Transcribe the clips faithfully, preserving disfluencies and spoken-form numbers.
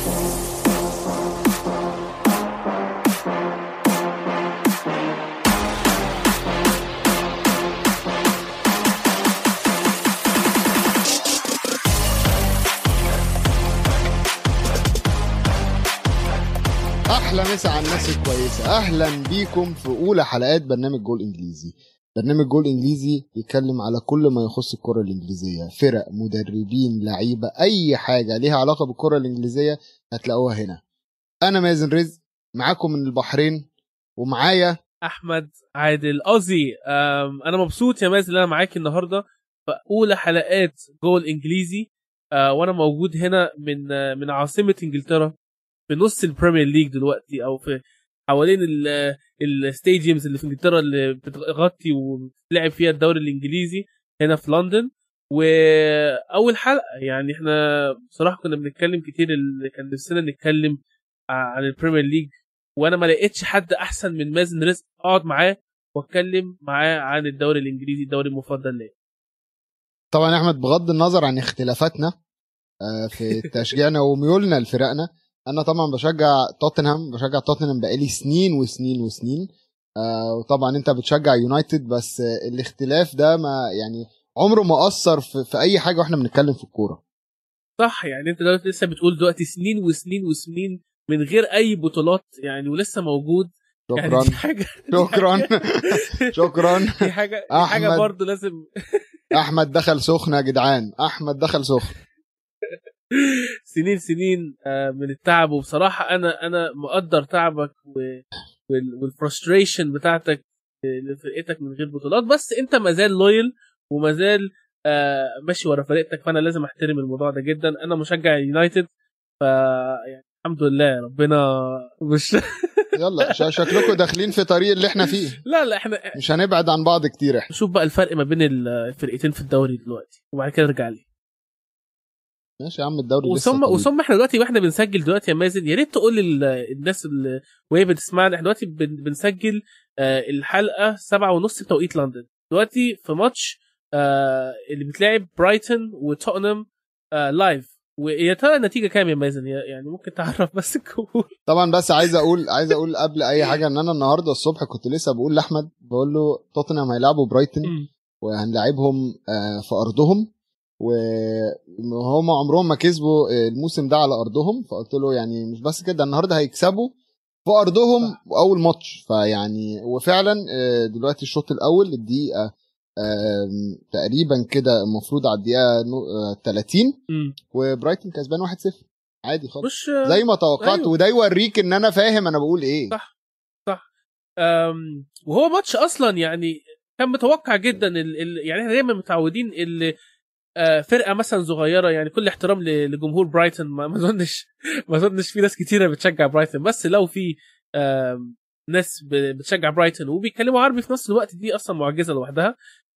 احلى مسا على الناس الكويسه. اهلا بيكم في اولى حلقات برنامج جول انجليزي. برنامج جول انجليزي بيتكلم على كل ما يخص الكره الانجليزيه، فرق، مدربين، لعيبه، اي حاجه ليها علاقه بالكره الانجليزيه هتلاقوها هنا. انا مازن رزق معاكم من البحرين، ومعايا احمد عادل اوزي. انا مبسوط يا مازن ان انا معاك النهارده في اولى حلقات جول انجليزي، أه وانا موجود هنا من من عاصمه انجلترا، في نص البريمير ليج دلوقتي، او في حوالين الستاديومز اللي في انجلترا اللي بتغطي وبتلعب فيها الدوري الانجليزي هنا في لندن. واول حلقه يعني احنا بصراحه كنا بنتكلم كتير، اللي كان نفسنا نتكلم عن البريمير ليج، وانا ما لقيتش حد احسن من مازن رزق اقعد معاه واتكلم معاه عن الدوري الانجليزي، الدوري المفضل ليا. طبعا يا احمد، بغض النظر عن اختلافاتنا في تشجيعنا وميولنا لفرقنا، انا طبعا بشجع توتنهام، بشجع توتنهام بقالي سنين وسنين وسنين. آه وطبعا انت بتشجع يونايتد، بس الاختلاف ده ما يعني عمره ما اثر في, في اي حاجه واحنا بنتكلم في الكوره. صح، يعني انت دلوقتي لسه بتقول دلوقتي سنين وسنين وسنين من غير اي بطولات يعني، ولسه موجود. شكرا يعني دي حاجة شكرا شكرا دي حاجه دي حاجه برضه لازم. احمد دخل سخن يا جدعان، احمد دخل سخن. سنين سنين من التعب، وبصراحه انا انا مقدر تعبك والفرستريشن بتاعتك لفرقتك من غير بطولات، بس انت مازال لويل ومازال ماشي ورا فرقتك، فانا لازم احترم الموضوع ده جدا. انا مشجع يونايتد، ف يعني الحمد لله ربنا مش يلا شكلكم داخلين في طريق اللي احنا فيه. لا لا احنا مش هنبعد عن بعض كتير. احنا شوف بقى الفرق ما بين الفرقتين في الدوري دلوقتي، وبعد كده نرجع لي. ماشي يا عم، الدوري لسه طويل. وثم احنا دلوقتي واحنا بنسجل دلوقتي يا مازن، يا ريت تقول للناس اللي وهي بتسمعنا، احنا دلوقتي بنسجل الحلقه سبعة ونص بتوقيت لندن، دلوقتي في ماتش اللي بتلعب برايتون وتوتنهام لايف. ويا ترى النتيجه كام يا مازن؟ يعني ممكن تعرف بس الجمهور؟ طبعا بس عايز اقول عايز اقول قبل اي حاجه ان انا النهارده الصبح كنت لسه بقول لاحمد، بقول له توتنهام هيلعبوا برايتون وهنلعبهم في ارضهم، وهم عمرهم ما كسبوا الموسم ده على ارضهم، فقلت له يعني مش بس كده، النهارده هيكسبوا في ارضهم واول ماتش. فيعني وفعلا دلوقتي الشوط الاول الدقيقه تقريبا كده المفروض على الدقيقه ثلاثين وبرايتون كسبان واحد صفر عادي خالص زي ما توقعت. أيوه. وده يوريك ان انا فاهم انا بقول ايه. صح صح. أم وهو ماتش اصلا يعني كان متوقع جدا. ال ال يعني احنا دايما متعودين اللي فرقه مثلا صغيره، يعني كل احترام لجمهور برايتون، ما اظنش ما اظنش في ناس كتيره بتشجع برايتون، بس لو في ناس بتشجع برايتون وبيتكلموا عربي في نفس الوقت، دي اصلا معجزه لوحدها.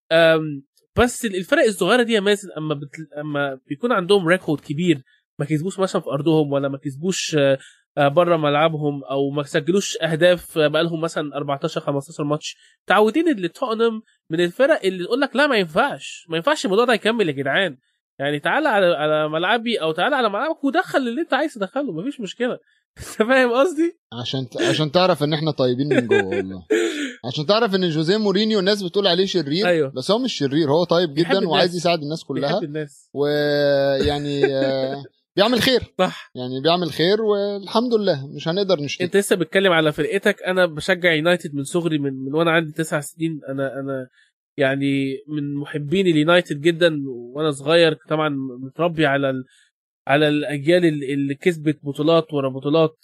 بس الفرق الصغيره دي يا مازن، اما بت... اما بيكون عندهم ريكورد كبير، ما كسبوش مثلا في ارضهم، ولا ما كسبوش بره ملعبهم، او ما سجلوش اهداف بقالهم مثلا أربعتاشر خمستاشر ماتش، تعودين اللي توتنهام من الفرق اللي تقول لك لا ما ينفعش ما ينفعش الموضوع ده يكمل يا جدعان، يعني تعالى على على ملعبي او تعالى على ملعبك ودخل اللي انت عايز تدخله، مفيش مشكله. انت فاهم قصدي؟ عشان عشان تعرف ان احنا طيبين من جوه والله. عشان تعرف ان جوزيه مورينيو الناس بتقول عليه شرير. أيوه. بس هو مش شرير، هو طيب جدا وعايز يساعد الناس كلها، الناس. ويعني بيعمل خير. صح، يعني بيعمل خير والحمد لله، مش هنقدر نشتكي. انت لسه بتتكلم على فرقتك، انا بشجع يونايتد من صغري، من, من وانا عندي تسع سنين. انا انا يعني من محبين اليونايتد جدا، وانا صغير طبعا متربي على ال... على الاجيال اللي كسبت بطولات ورا بطولات،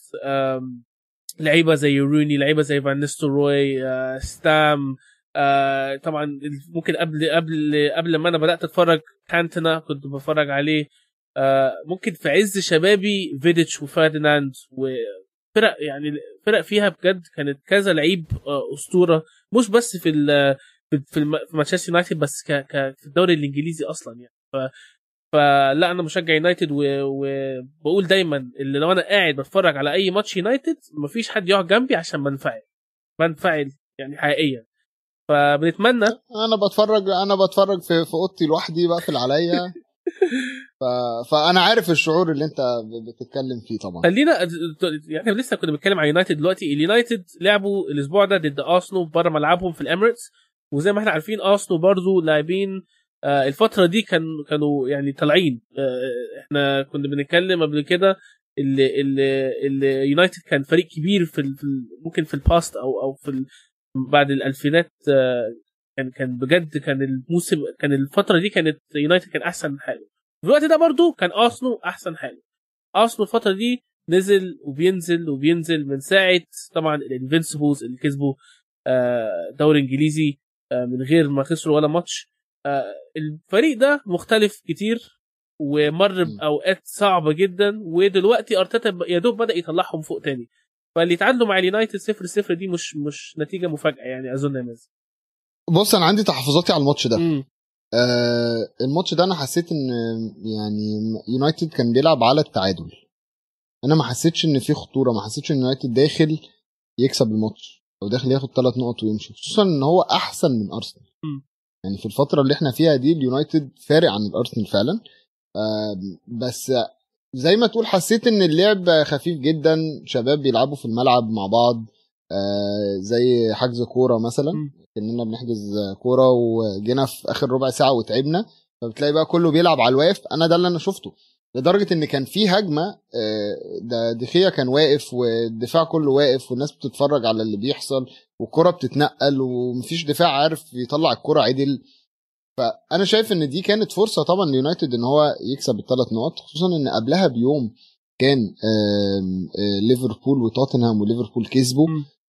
لعيبه زي روني، لعيبه زي فان نيستلروي، ستام، طبعا ممكن قبل قبل قبل ما انا بدات اتفرج كانتنا كنت بتفرج عليه، ممكن في عز شبابي فيديتش وفارديناند، وفرق يعني فرق فيها بجد كانت كذا لعيب اسطوره، مش بس في في مانشستر يونايتد، بس ك في الدوري الانجليزي اصلا يعني. ف فلا انا مشجع يونايتد، وبقول دايما اللي لو انا قاعد بتفرج على اي ماتش يونايتد مفيش حد يقعد جنبي عشان بنفعل بنفعل يعني حقيقيا. فبنتمنى انا بتفرج انا بتفرج في في اوضتي لوحدي، بقفل عليا ف... فانا عارف الشعور اللي انت بتتكلم فيه طبعا. خلينا يعني لسه كنا بنتكلم عن يونايتد دلوقتي. اليونايتد لعبوا الاسبوع ده ضد ارسنال بره ملعبهم في الاميريتس، وزي ما احنا عارفين ارسنال برضو لاعبين آه الفتره دي كان كانوا يعني طالعين. آه احنا كنا بنتكلم قبل كده اللي اللي اللي يونايتد كان فريق كبير في, ال... في ال... ممكن في الباست او او في ال... بعد الالفينات. آه كان كان بجد كان الموسم كان الفتره دي كانت يونايتد كان احسن حاله. في الوقت ده برضو كان ارسنال احسن حاله. ارسنال الفتره دي نزل وبينزل وبينزل من ساعه طبعا الانفينسيبلز اللي كسبوا دوري انجليزي من غير ما خسروا ولا ماتش. الفريق ده مختلف كتير ومر باوقات صعبه جدا، ودلوقتي ارتيتا يا دوب بدا يطلعهم فوق تاني. فاللي تعادلوا مع اليونايتد صفر صفر دي مش مش نتيجه مفاجاه يعني اظن يا مازن. بص انا عندي تحفظاتي على الماتش ده. م. آه الماتش ده انا حسيت ان يعني يونايتد كان بيلعب على التعادل. انا ما حسيتش ان في خطوره، ما حسيتش ان يونايتد داخل يكسب الماتش او داخل ياخد ثلاث نقط ويمشي، خصوصا ان هو احسن من ارسنال. يعني في الفتره اللي احنا فيها دي اليونايتد فارق عن الارسنال فعلا. آه بس زي ما تقول حسيت ان اللعب خفيف جدا، شباب بيلعبوا في الملعب مع بعض. آه زي حجز كوره مثلا، كنا بنحجز كوره وجينا في اخر ربع ساعه وتعبنا، فبتلاقي بقى كله بيلعب على الواقف. انا ده اللي انا شفته، لدرجه ان كان في هجمه ده دخيا كان واقف والدفاع كله واقف والناس بتتفرج على اللي بيحصل والكره بتتنقل ومفيش دفاع عارف يطلع الكره عدل. فانا شايف ان دي كانت فرصه طبعا ليونايتد ان هو يكسب الثلاث نقط، خصوصا ان قبلها بيوم كان ليفربول وتوتنهام وليفربول كسبوا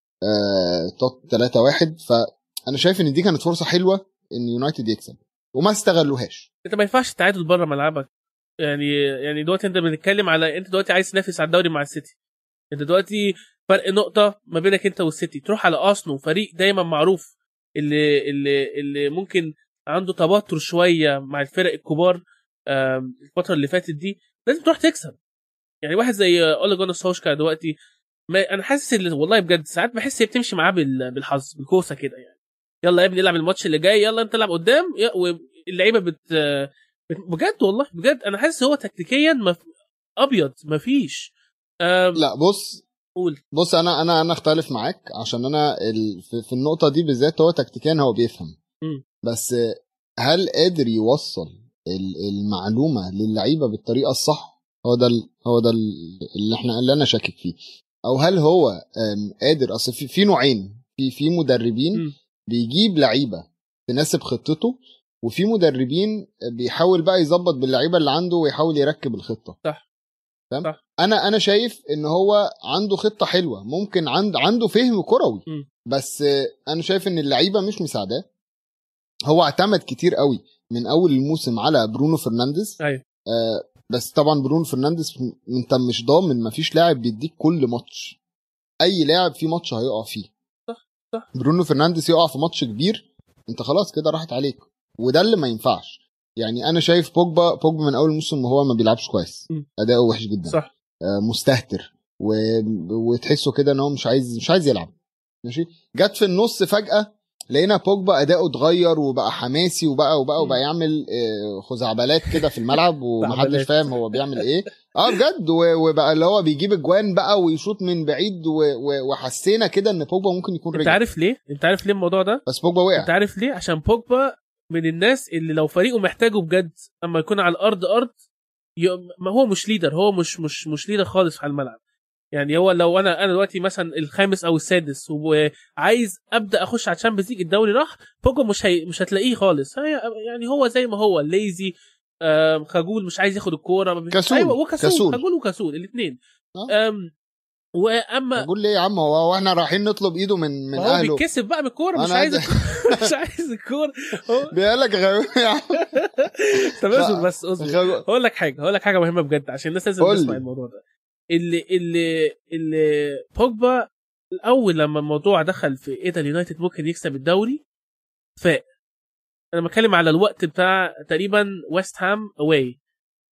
توت ثلاثة واحد. فانا شايف ان دي كانت فرصه حلوه ان يونايتد يكسب وما استغلوهاش. انت ما ينفعش تعادل بره ملعبك يعني. يعني دلوقتي انت بنتكلم على انت دلوقتي عايز تنافس على الدوري مع السيتي، انت دلوقتي فرق نقطه ما بينك انت والسيتي، تروح على ارسنال فريق دايما معروف اللي اللي اللي ممكن عنده توتر شويه مع الفرق الكبار الفتره اللي فاتت دي، لازم تروح تكسب. يعني واحد زي اولي جونر سوشكا دلوقتي ما انا حاسس ان والله بجد ساعات بحس هي بتمشي معاه بالحظ بالكوسه كده يعني. يلا يا ابني العب الماتش اللي جاي، يلا انت العب قدام، واللعيبه بت بجد والله بجد انا حاسس هو تكتيكيا مف... ابيض مفيش. أم... لا بص قول. بص انا انا انا اختلف معاك، عشان انا ال... في... في النقطه دي بالذات هو تكتيكيا هو بيفهم. م. بس هل قادر يوصل المعلومه للعيبه بالطريقه الصح؟ هو ده ال... هو ده اللي احنا اللي انا شاكك فيه. او هل هو قادر؟ اصل في... في نوعين، في في مدربين م. بيجيب لعيبه تناسب خطته، وفي مدربين بيحاول بقى يظبط باللعيبه اللي عنده ويحاول يركب الخطه. صح تمام. انا انا شايف ان هو عنده خطه حلوه، ممكن عند عنده فهم كروي، م. بس انا شايف ان اللعيبه مش مساعداه. هو اعتمد كتير قوي من اول الموسم على برونو فرنانديز. ايوه آه بس طبعا برونو فرنانديز انت مش ضامن، مفيش لاعب بيديك كل ماتش، اي لاعب في ماتش هيقع فيه. صح صح. برونو فرنانديز يقع في ماتش كبير انت خلاص كده راحت عليك، وده اللي ما ينفعش. يعني انا شايف بوجبا بوجبا من اول الموسم هو ما بيلعبش كويس، اداؤه وحش جدا. صح. آه مستهتر و... وتحسه كده ان هو مش عايز مش عايز يلعب. ماشي. جت في النص فجأة لقينا بوجبا اداؤه اتغير وبقى حماسي وبقى وبقى وبقى يعمل خزعبلات كده في الملعب ومحدش فاهم هو بيعمل ايه. اه بجد. وبقى اللي هو بيجيب اجوان بقى ويشوط من بعيد، وحسينا كده ان بوجبا ممكن يكون رجع. انت عارف ليه انت عارف ليه الموضوع ده؟ بس بوجبا وقع. انت عارف ليه؟ عشان بوجبا من الناس اللي لو فريقه محتاجه بجد اما يكون على الارض ارض ما هو مش ليدر، هو مش مش مش ليدر خالص على الملعب. يعني هو لو انا انا دلوقتي مثلا الخامس او السادس وعايز ابدا اخش على الشامبيونز ليج الدوري راح بوجبا مش هي مش هتلاقيه خالص. يعني هو زي ما هو ليزي خجول مش عايز ياخد الكوره. كسول. ايوه وكسول كسول. خجول وكسول الاثنين. واما اقول ليه يا عم هو واحنا رايحين نطلب ايده من من هو اهله؟ هو بيتكسب بقى من الكوره مش عايز مش عايز الكوره. بيقول لك غاوي يا عم. طب اصبر بس اصبر هقول لك حاجه هقول لك حاجه مهمه بجد عشان الناس لازم تسمع الموضوع ده. اللي اللي اللي بوجبا الاول لما الموضوع دخل في ايه ده اليونايتد ممكن يكسب الدوري فاق. انا بتكلم على الوقت بتاع تقريبا ويست هام اواي.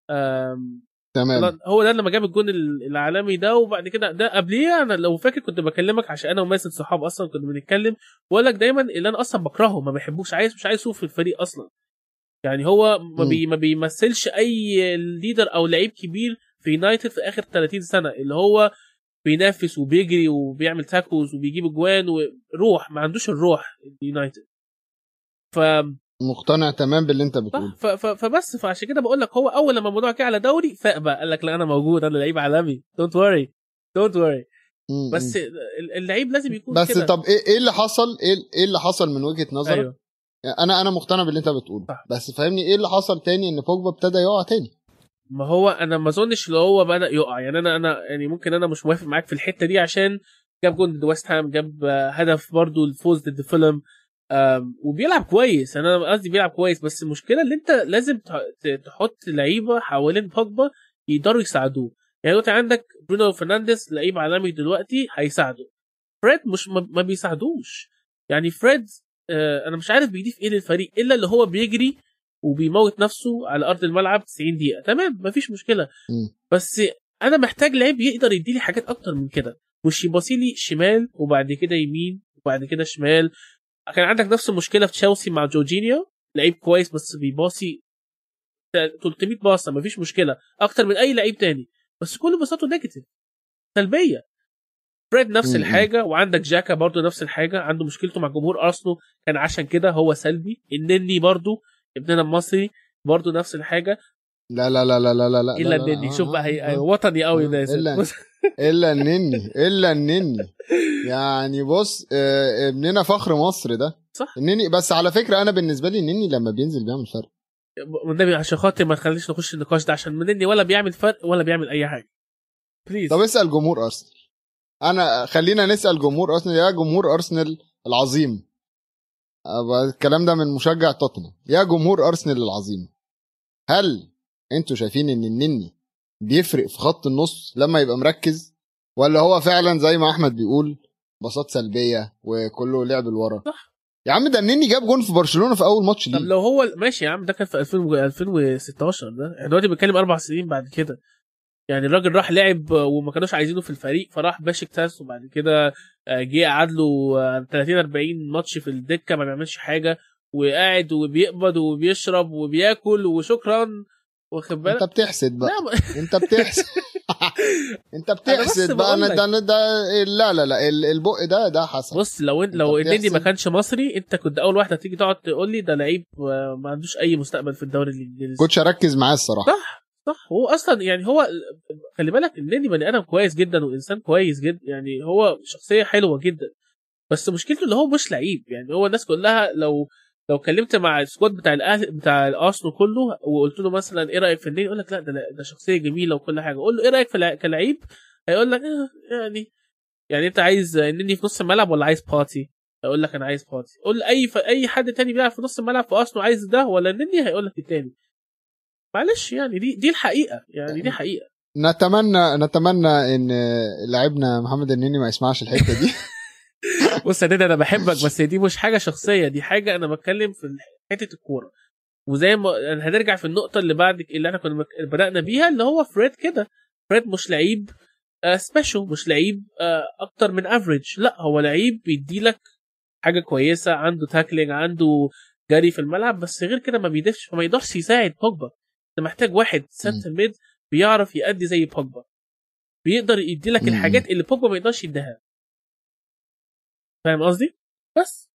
تمام. هو ده لما جاب الجون العالمي ده، وبعد كده ده قبليه انا لو فاكر كنت بكلمك عشان انا ومازن صحاب اصلا كنا بنتكلم واقول لك دايما اللي انا اصلا بكرهه ما بحبوش عايز مش عايز اشوفه في الفريق اصلا. يعني هو ما, بي ما بيمثلش اي ليدر او لعيب كبير في يونايتد في اخر ثلاثين سنه اللي هو بينافس وبيجري وبيعمل تاكوز وبيجيب اجوان وروح. ما عندوش الروح اليونايتد. ف مقتنع تمام باللي انت بتقوله. ف... ف... فبس فعشان كده بقول لك هو اول لما الموضوع جه على دوري فاق بقى قال لك لا انا موجود انا لعيب عالمي دونت وري دونت وري. بس اللعيب لازم يكون بس كده. طب ايه ايه اللي حصل ايه ايه اللي حصل من وجهة نظرك؟ أيوه. يعني انا انا مقتنع باللي انت بتقوله صح. بس فاهمني ايه اللي حصل تاني ان بوجبا ابتدى يقع تاني؟ ما هو انا ما اظنش اللي هو بدا يقع يعني انا انا يعني ممكن انا مش موافق معاك في الحته دي عشان جاب جول ضد ويست هام جاب هدف برضو الفوز ضد فيلم وبيلعب كويس. انا قصدي بيلعب كويس بس المشكله اللي انت لازم تحط لعيبه حوالين بوجبا يقدروا يساعدوه. يعني انت عندك برونو فرنانديز لعيب عالمي دلوقتي هيساعده. فريد مش ما بيساعدوش يعني فريد آه انا مش عارف بيضيف ايه للفريق الا اللي هو بيجري وبيموت نفسه على ارض الملعب تسعين دقيقه تمام مفيش مشكله م. بس انا محتاج لعيب يقدر يديلي حاجات اكتر من كده مش يباصيلي شمال وبعد كده يمين وبعد كده شمال. كان عندك نفس المشكله في تشيلسي مع جورجينيو لعيب كويس بس بيباصي ثلاثمية باصه مفيش مشكله اكتر من اي لعيب تاني بس كل باصاته نيجاتيف سلبيه. فريد نفس م-م. الحاجه وعندك جاكا برضو نفس الحاجه عنده مشكلته مع جمهور ارسنال كان عشان كده هو سلبي. النني برضو ابننا المصري برضو نفس الحاجه. لا لا لا لا لا لا الا النني شوف بقى هي وطني قوي ناس الا الا النني الا النني يعني بص اه ابننا فخر مصر ده صح النني. بس على فكره انا بالنسبه لي النني لما بينزل بيعمل فرق والنبي عشان خاطر ما تخليش نخش النقاش ده عشان النني ولا بيعمل فرق ولا بيعمل اي حاجه بليز. طب اسال جمهور ارسنال. انا خلينا نسال جمهور ارسنال يا جمهور ارسنال العظيم الكلام ده من مشجع توتنهام يا جمهور ارسنال العظيم هل انتوا شايفين ان النني بيفرق في خط النص لما يبقى مركز ولا هو فعلا زي ما احمد بيقول بساط سلبيه وكله لعب لورا؟ صح يا عم ده النني جاب جون في برشلونه في اول ماتش ليه. طب لو هو ماشي يا عم ده كان في ألفين وستاشر ده يعني دلوقتي بنتكلم اربع سنين بعد كده. يعني الراجل راح لعب وما كانوش عايزينه في الفريق فراح باشكتاس وبعد كده جه قعد له ثلاثين أربعين ماتش في الدكه ما بيعملش حاجه وقاعد وبيقبض وبيشرب وبياكل وشكرا واخد بالك. انت بتحسد بقى انت بتحسد انت بتحسد بقى انا ده, ده لا لا لا البق ده ده حسن. بص لو انت لو النني ما كانش مصري انت كنت اول واحده تيجي تقعد تقول لي ده لعيب ما عندوش اي مستقبل في الدوري الانجليزي. كنتش اركز معاه الصراحه. صح صح هو اصلا يعني هو خلي بالك النني بني ادم كويس جدا وانسان كويس جدا يعني هو شخصيه حلوه جدا بس مشكلته اللي هو مش لعيب. يعني هو الناس كلها لو لو كلمت مع السكواد بتاع الاهلي بتاع الارسنال كله وقلت له مثلا ايه رايك في النني يقول لك لا ده ده شخصيه جميله وكل حاجه. قول له ايه رايك في كلاعب هيقول لك اه يعني يعني انت عايز النني في نص الملعب ولا عايز بارتي؟ هيقول لك انا عايز بارتي. قول اي اي حد تاني بيلعب في نص الملعب في ارسنال عايز ده ولا النني هيقول لك التاني. معلش يعني دي دي الحقيقه يعني دي حقيقه. نتمنى نتمنى ان لاعبنا محمد النني ما يسمعش الحته دي. بص يا ديدا انا بحبك بس دي مش حاجه شخصيه دي حاجه انا بتكلم في حته الكوره وزي ما هنرجع في النقطه اللي بعد اللي احنا كنا بدانا بيها اللي هو فريد كده. فريد مش لعيب آه سبيشال مش لعيب آه اكتر من افريج لا هو لعيب بيديلك حاجه كويسه عنده تاكلينج عنده جري في الملعب بس غير كده ما بيدفش فما يقدرش يساعد بوجبا. انت محتاج واحد سنتر ميد بيعرف يأدي زي بوجبا بيقدر يديلك الحاجات اللي بوجبا ما يقدرش يديها. فاهم قصدي؟ بس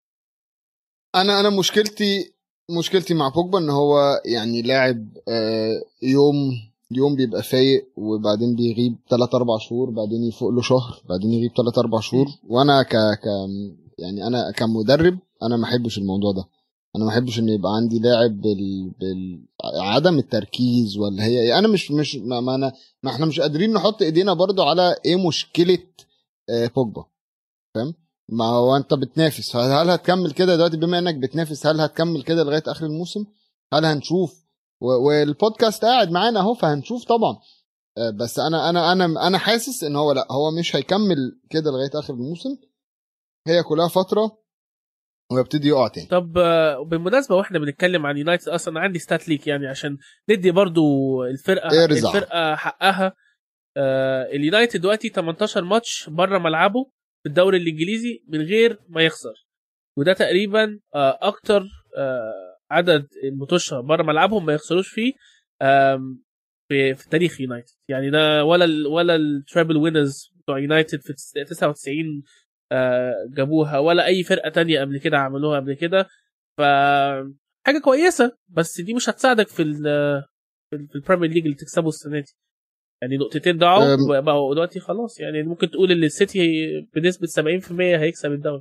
انا انا مشكلتي مشكلتي مع بوجبا ان هو يعني لاعب آه يوم يوم بيبقى فايق وبعدين بيغيب ثلاثة أربعة شهور بعدين يفوق له شهر بعدين يغيب ثلاثة أربعة شهور. وانا ك ك يعني انا كمدرب انا ما احبش الموضوع ده. انا ما احبش ان يبقى عندي لاعب بال... بال عدم التركيز ولا هي انا مش مش ما, ما انا ما احنا مش قادرين نحط ايدينا برضو على ايه مشكله آه بوجبا. فاهم؟ ما هو انت بتنافس هل هتكمل كده دلوقتي بما انك بتنافس هل هتكمل كده لغايه اخر الموسم؟ هل هنشوف والبودكاست قاعد معانا اهو فهنشوف طبعا. بس انا انا انا انا حاسس ان هو لا هو مش هيكمل كده لغايه اخر الموسم. هي كلها فتره ويبتدي يقع تاني. طب بالمناسبه واحنا بنتكلم عن يونايتد اصلا عندي ستات ليك يعني عشان ندي برضو الفرقه ارزع. الفرقه حقها. اليونايتد دلوقتي تمنتاشر ماتش بره ملعبه في الدوري الانجليزي من غير ما يخسر وده تقريبا اكتر عدد الماتشات بره ملعبهم ما يخسروش فيه في في تاريخ يونايتد. يعني ده ولا ال ولا التريبل وينرز بتوع يونايتد في تسعة وتسعين جابوها، ولا اي فرقه تانية قبل كده عملوها قبل كده. ف حاجه كويسه، بس دي مش هتساعدك في ال في البريمير ليج اللي تكسبه السنه دي. يعني نقطتين ضاعوا بقوا دلوقتي خلاص. يعني ممكن تقول ان السيتي بنسبه سبعين في المية هيكسب الدوري.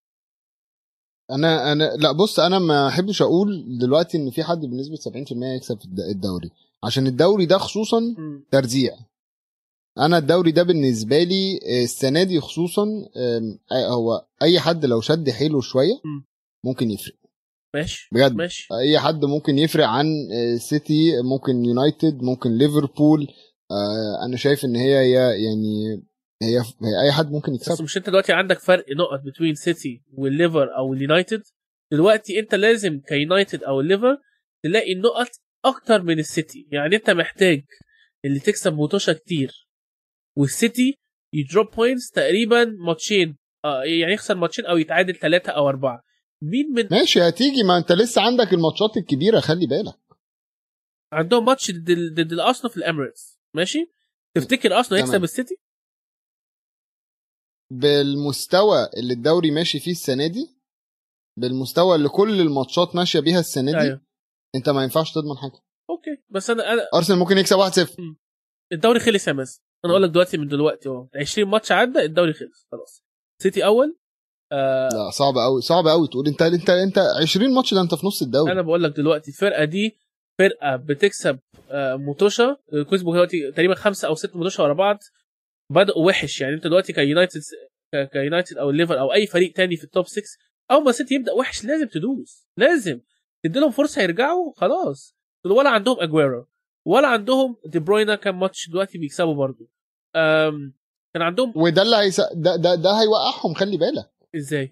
انا انا لا بص، انا ما احبش اقول دلوقتي ان في حد بنسبه سبعين في المية يكسب الدوري، عشان الدوري ده خصوصا ترزيع. انا الدوري ده بالنسبه لي السنه دي خصوصا هو اي حد لو شد حيله شويه ممكن يفرق. ماشي بجد ماشي. اي حد ممكن يفرق عن سيتي، ممكن يونايتد، ممكن ليفربول. انا شايف ان هي هي يعني هي, هي اي حد ممكن يكسب. بس مش انت دلوقتي عندك فرق نقط بين سيتي والليفر او اليونايتد؟ دلوقتي انت لازم كيونايتد او الليفر تلاقي النقط اكتر من السيتي. يعني انت محتاج اللي تكسب ماتشات كتير، والسيتي يدروب بوينتس تقريبا ماتشين، آه يعني يخسر ماتشين او يتعادل ثلاثة او أربعة. مين من ماشي هتيجي، ما انت لسه عندك الماتشات الكبيره خلي بالك. عندهم ماتش ضد ضد الارسنال في الاميريتس، ماشي؟ تفتكر ارسنال يكسب السيتي بالمستوى اللي الدوري ماشي فيه السنه دي، بالمستوى اللي كل الماتشات ماشيه بيها السنه دي؟ أيوه. انت ما ينفعش تضمن حاجه. اوكي بس انا انا ارسنال ممكن يكسب واحد صفر. الدوري خلص يا مازن. انا اقول لك دلوقتي من دلوقتي اهو عشرين ماتش عدى الدوري خلص خلاص. سيتي اول. آه لا صعب قوي صعب قوي تقول انت انت انت عشرين ماتش ده انت في نص الدوري. انا بقول لك دلوقتي الفرقه دي فرقه بتكسب آه مطوشه كسبوا دلوقتي تقريبا خمسه او ست مطوشه ورا بعض، بدأوا وحش. يعني انت دلوقتي كيونايتد كيونايتد او الليفر او اي فريق تاني في التوب ستة، اول ما سيتي يبدا وحش لازم تدوس، لازم تدي لهم فرصه يرجعوا. خلاص ولا عندهم اجويرو ولا عندهم دي بروينا، كام ماتش دلوقتي بيكسبوا برضو. امم كان عندهم وده اللي هيس... ده ده ده هيوقعهم خلي بالك. ازاي؟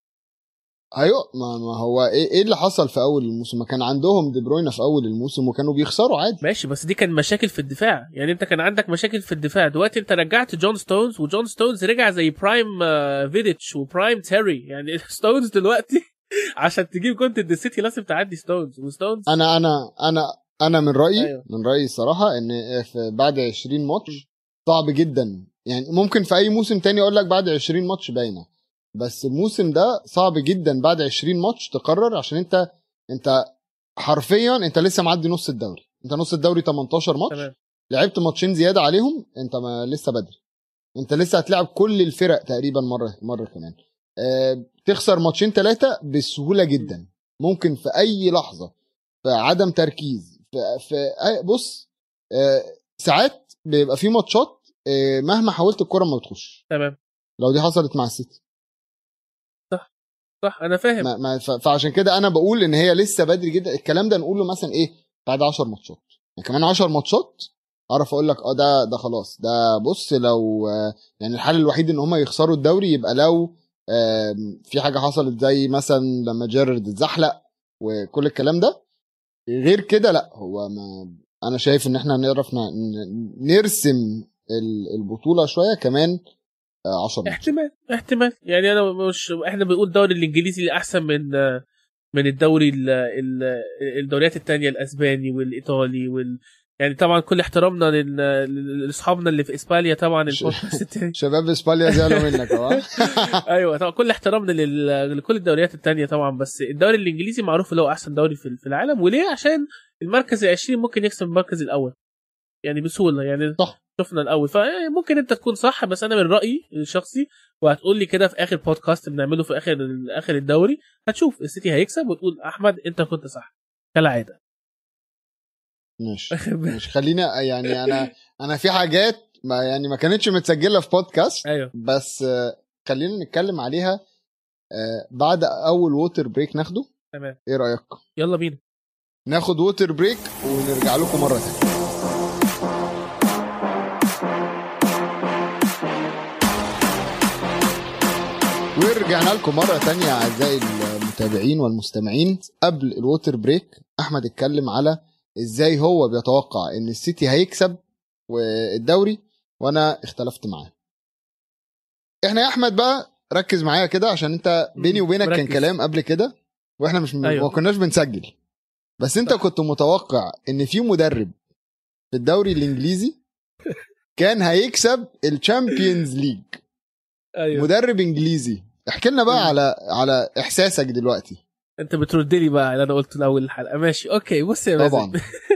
ايوه ما, ما هو ايه ايه اللي حصل في اول الموسم؟ ما كان عندهم دي بروينا في اول الموسم وكانوا بيخسروا عادي. ماشي بس دي كان مشاكل في الدفاع. يعني انت كان عندك مشاكل في الدفاع، دلوقتي انت رجعت جون ستونز، وجون ستونز رجع زي برايم فيديتش وبرايم تيري. يعني ستونز دلوقتي عشان تجيب كونت ضد السيتي لازم تعدي ستونز وستونز. انا انا انا انا من رايي أيوه. من رايي الصراحه ان في بعد عشرين ماتش صعب جدا. يعني ممكن في اي موسم تاني اقول لك بعد عشرين ماتش باينه، بس الموسم ده صعب جدا بعد عشرين ماتش تقرر، عشان انت انت حرفيا انت لسه معدي نص الدوري. انت نص الدوري تمنتاشر ماتش تمام. لعبت ماتشين زياده عليهم، انت ما لسه بدري. انت لسه هتلعب كل الفرق تقريبا مره مره كمان. اه تخسر ماتشين ثلاثه بسهوله جدا، ممكن في اي لحظه، في عدم تركيز، في, في بص اه ساعات بيبقى في ماتشات اه مهما حاولت الكره ما بتخش. تمام. لو دي حصلت مع السيتي صح صح انا فاهم. ما ما فعشان كده انا بقول ان هي لسه بدري جدا. الكلام ده نقوله مثلا ايه بعد عشر ماتشات، يعني كمان عشر ماتشات اعرف اقول لك اه ده ده خلاص. ده بص لو يعني الحل الوحيد ان هم يخسروا الدوري يبقى لو في حاجه حصلت زي مثلا لما جيرارد اتزحلق وكل الكلام ده. غير كده لا، هو ما انا شايف ان احنا نعرف نرسم البطوله شويه كمان عشرة احتمال احتمال. يعني انا مش احنا بنقول الدوري الانجليزي اللي احسن من من الدوري ال... ال... الدوريات التانية الاسباني والايطالي وال... يعني طبعا كل احترامنا لل... لاصحابنا اللي في اسبانيا طبعا البودكاست التاني شباب اسبانيا زعلوا منك اهو. ايوه طبعا كل احترامنا لل... لكل الدوريات التانية طبعا، بس الدوري الانجليزي معروف اللي هو احسن دوري في العالم. وليه؟ عشان المركز العشرين ممكن يكسب المركز الاول يعني بسهوله. يعني صح. شفنا الاول، فممكن انت تكون صح، بس انا من رايي الشخصي وهتقول لي كده في اخر بودكاست بنعمله في اخر اخر الدوري هتشوف السيتي هيكسب وتقول احمد انت كنت صح كالعاده. مش مش خلينا يعني انا انا في حاجات ما يعني ما كانتش متسجله في بودكاست. ايوه بس خلينا نتكلم عليها بعد اول ووتر بريك ناخده. تمام ايه رايك؟ يلا بينا ناخد ووتر بريك ونرجع لكم مره ثانيه. ورجعنا لكم مرة تانية أعزائي المتابعين والمستمعين. قبل الووتر بريك أحمد اتكلم على إزاي هو بيتوقع إن السيتي هيكسب والدوري، وأنا اختلفت معاه. إحنا يا أحمد بقى ركز معايا كده عشان أنت بيني وبينك كان كلام قبل كده، واحنا مش م... أيوة. ما كناش بنسجل. بس انت كنت متوقع ان في مدرب في الدوري الانجليزي كان هيكسب الشامبيونز ليج. أيوة. مدرب انجليزي. احكي لنا بقى على على احساسك دلوقتي. انت بترد لي بقى اللي انا قلته الاول الحلقه. ماشي اوكي. بص يا مازن طبعا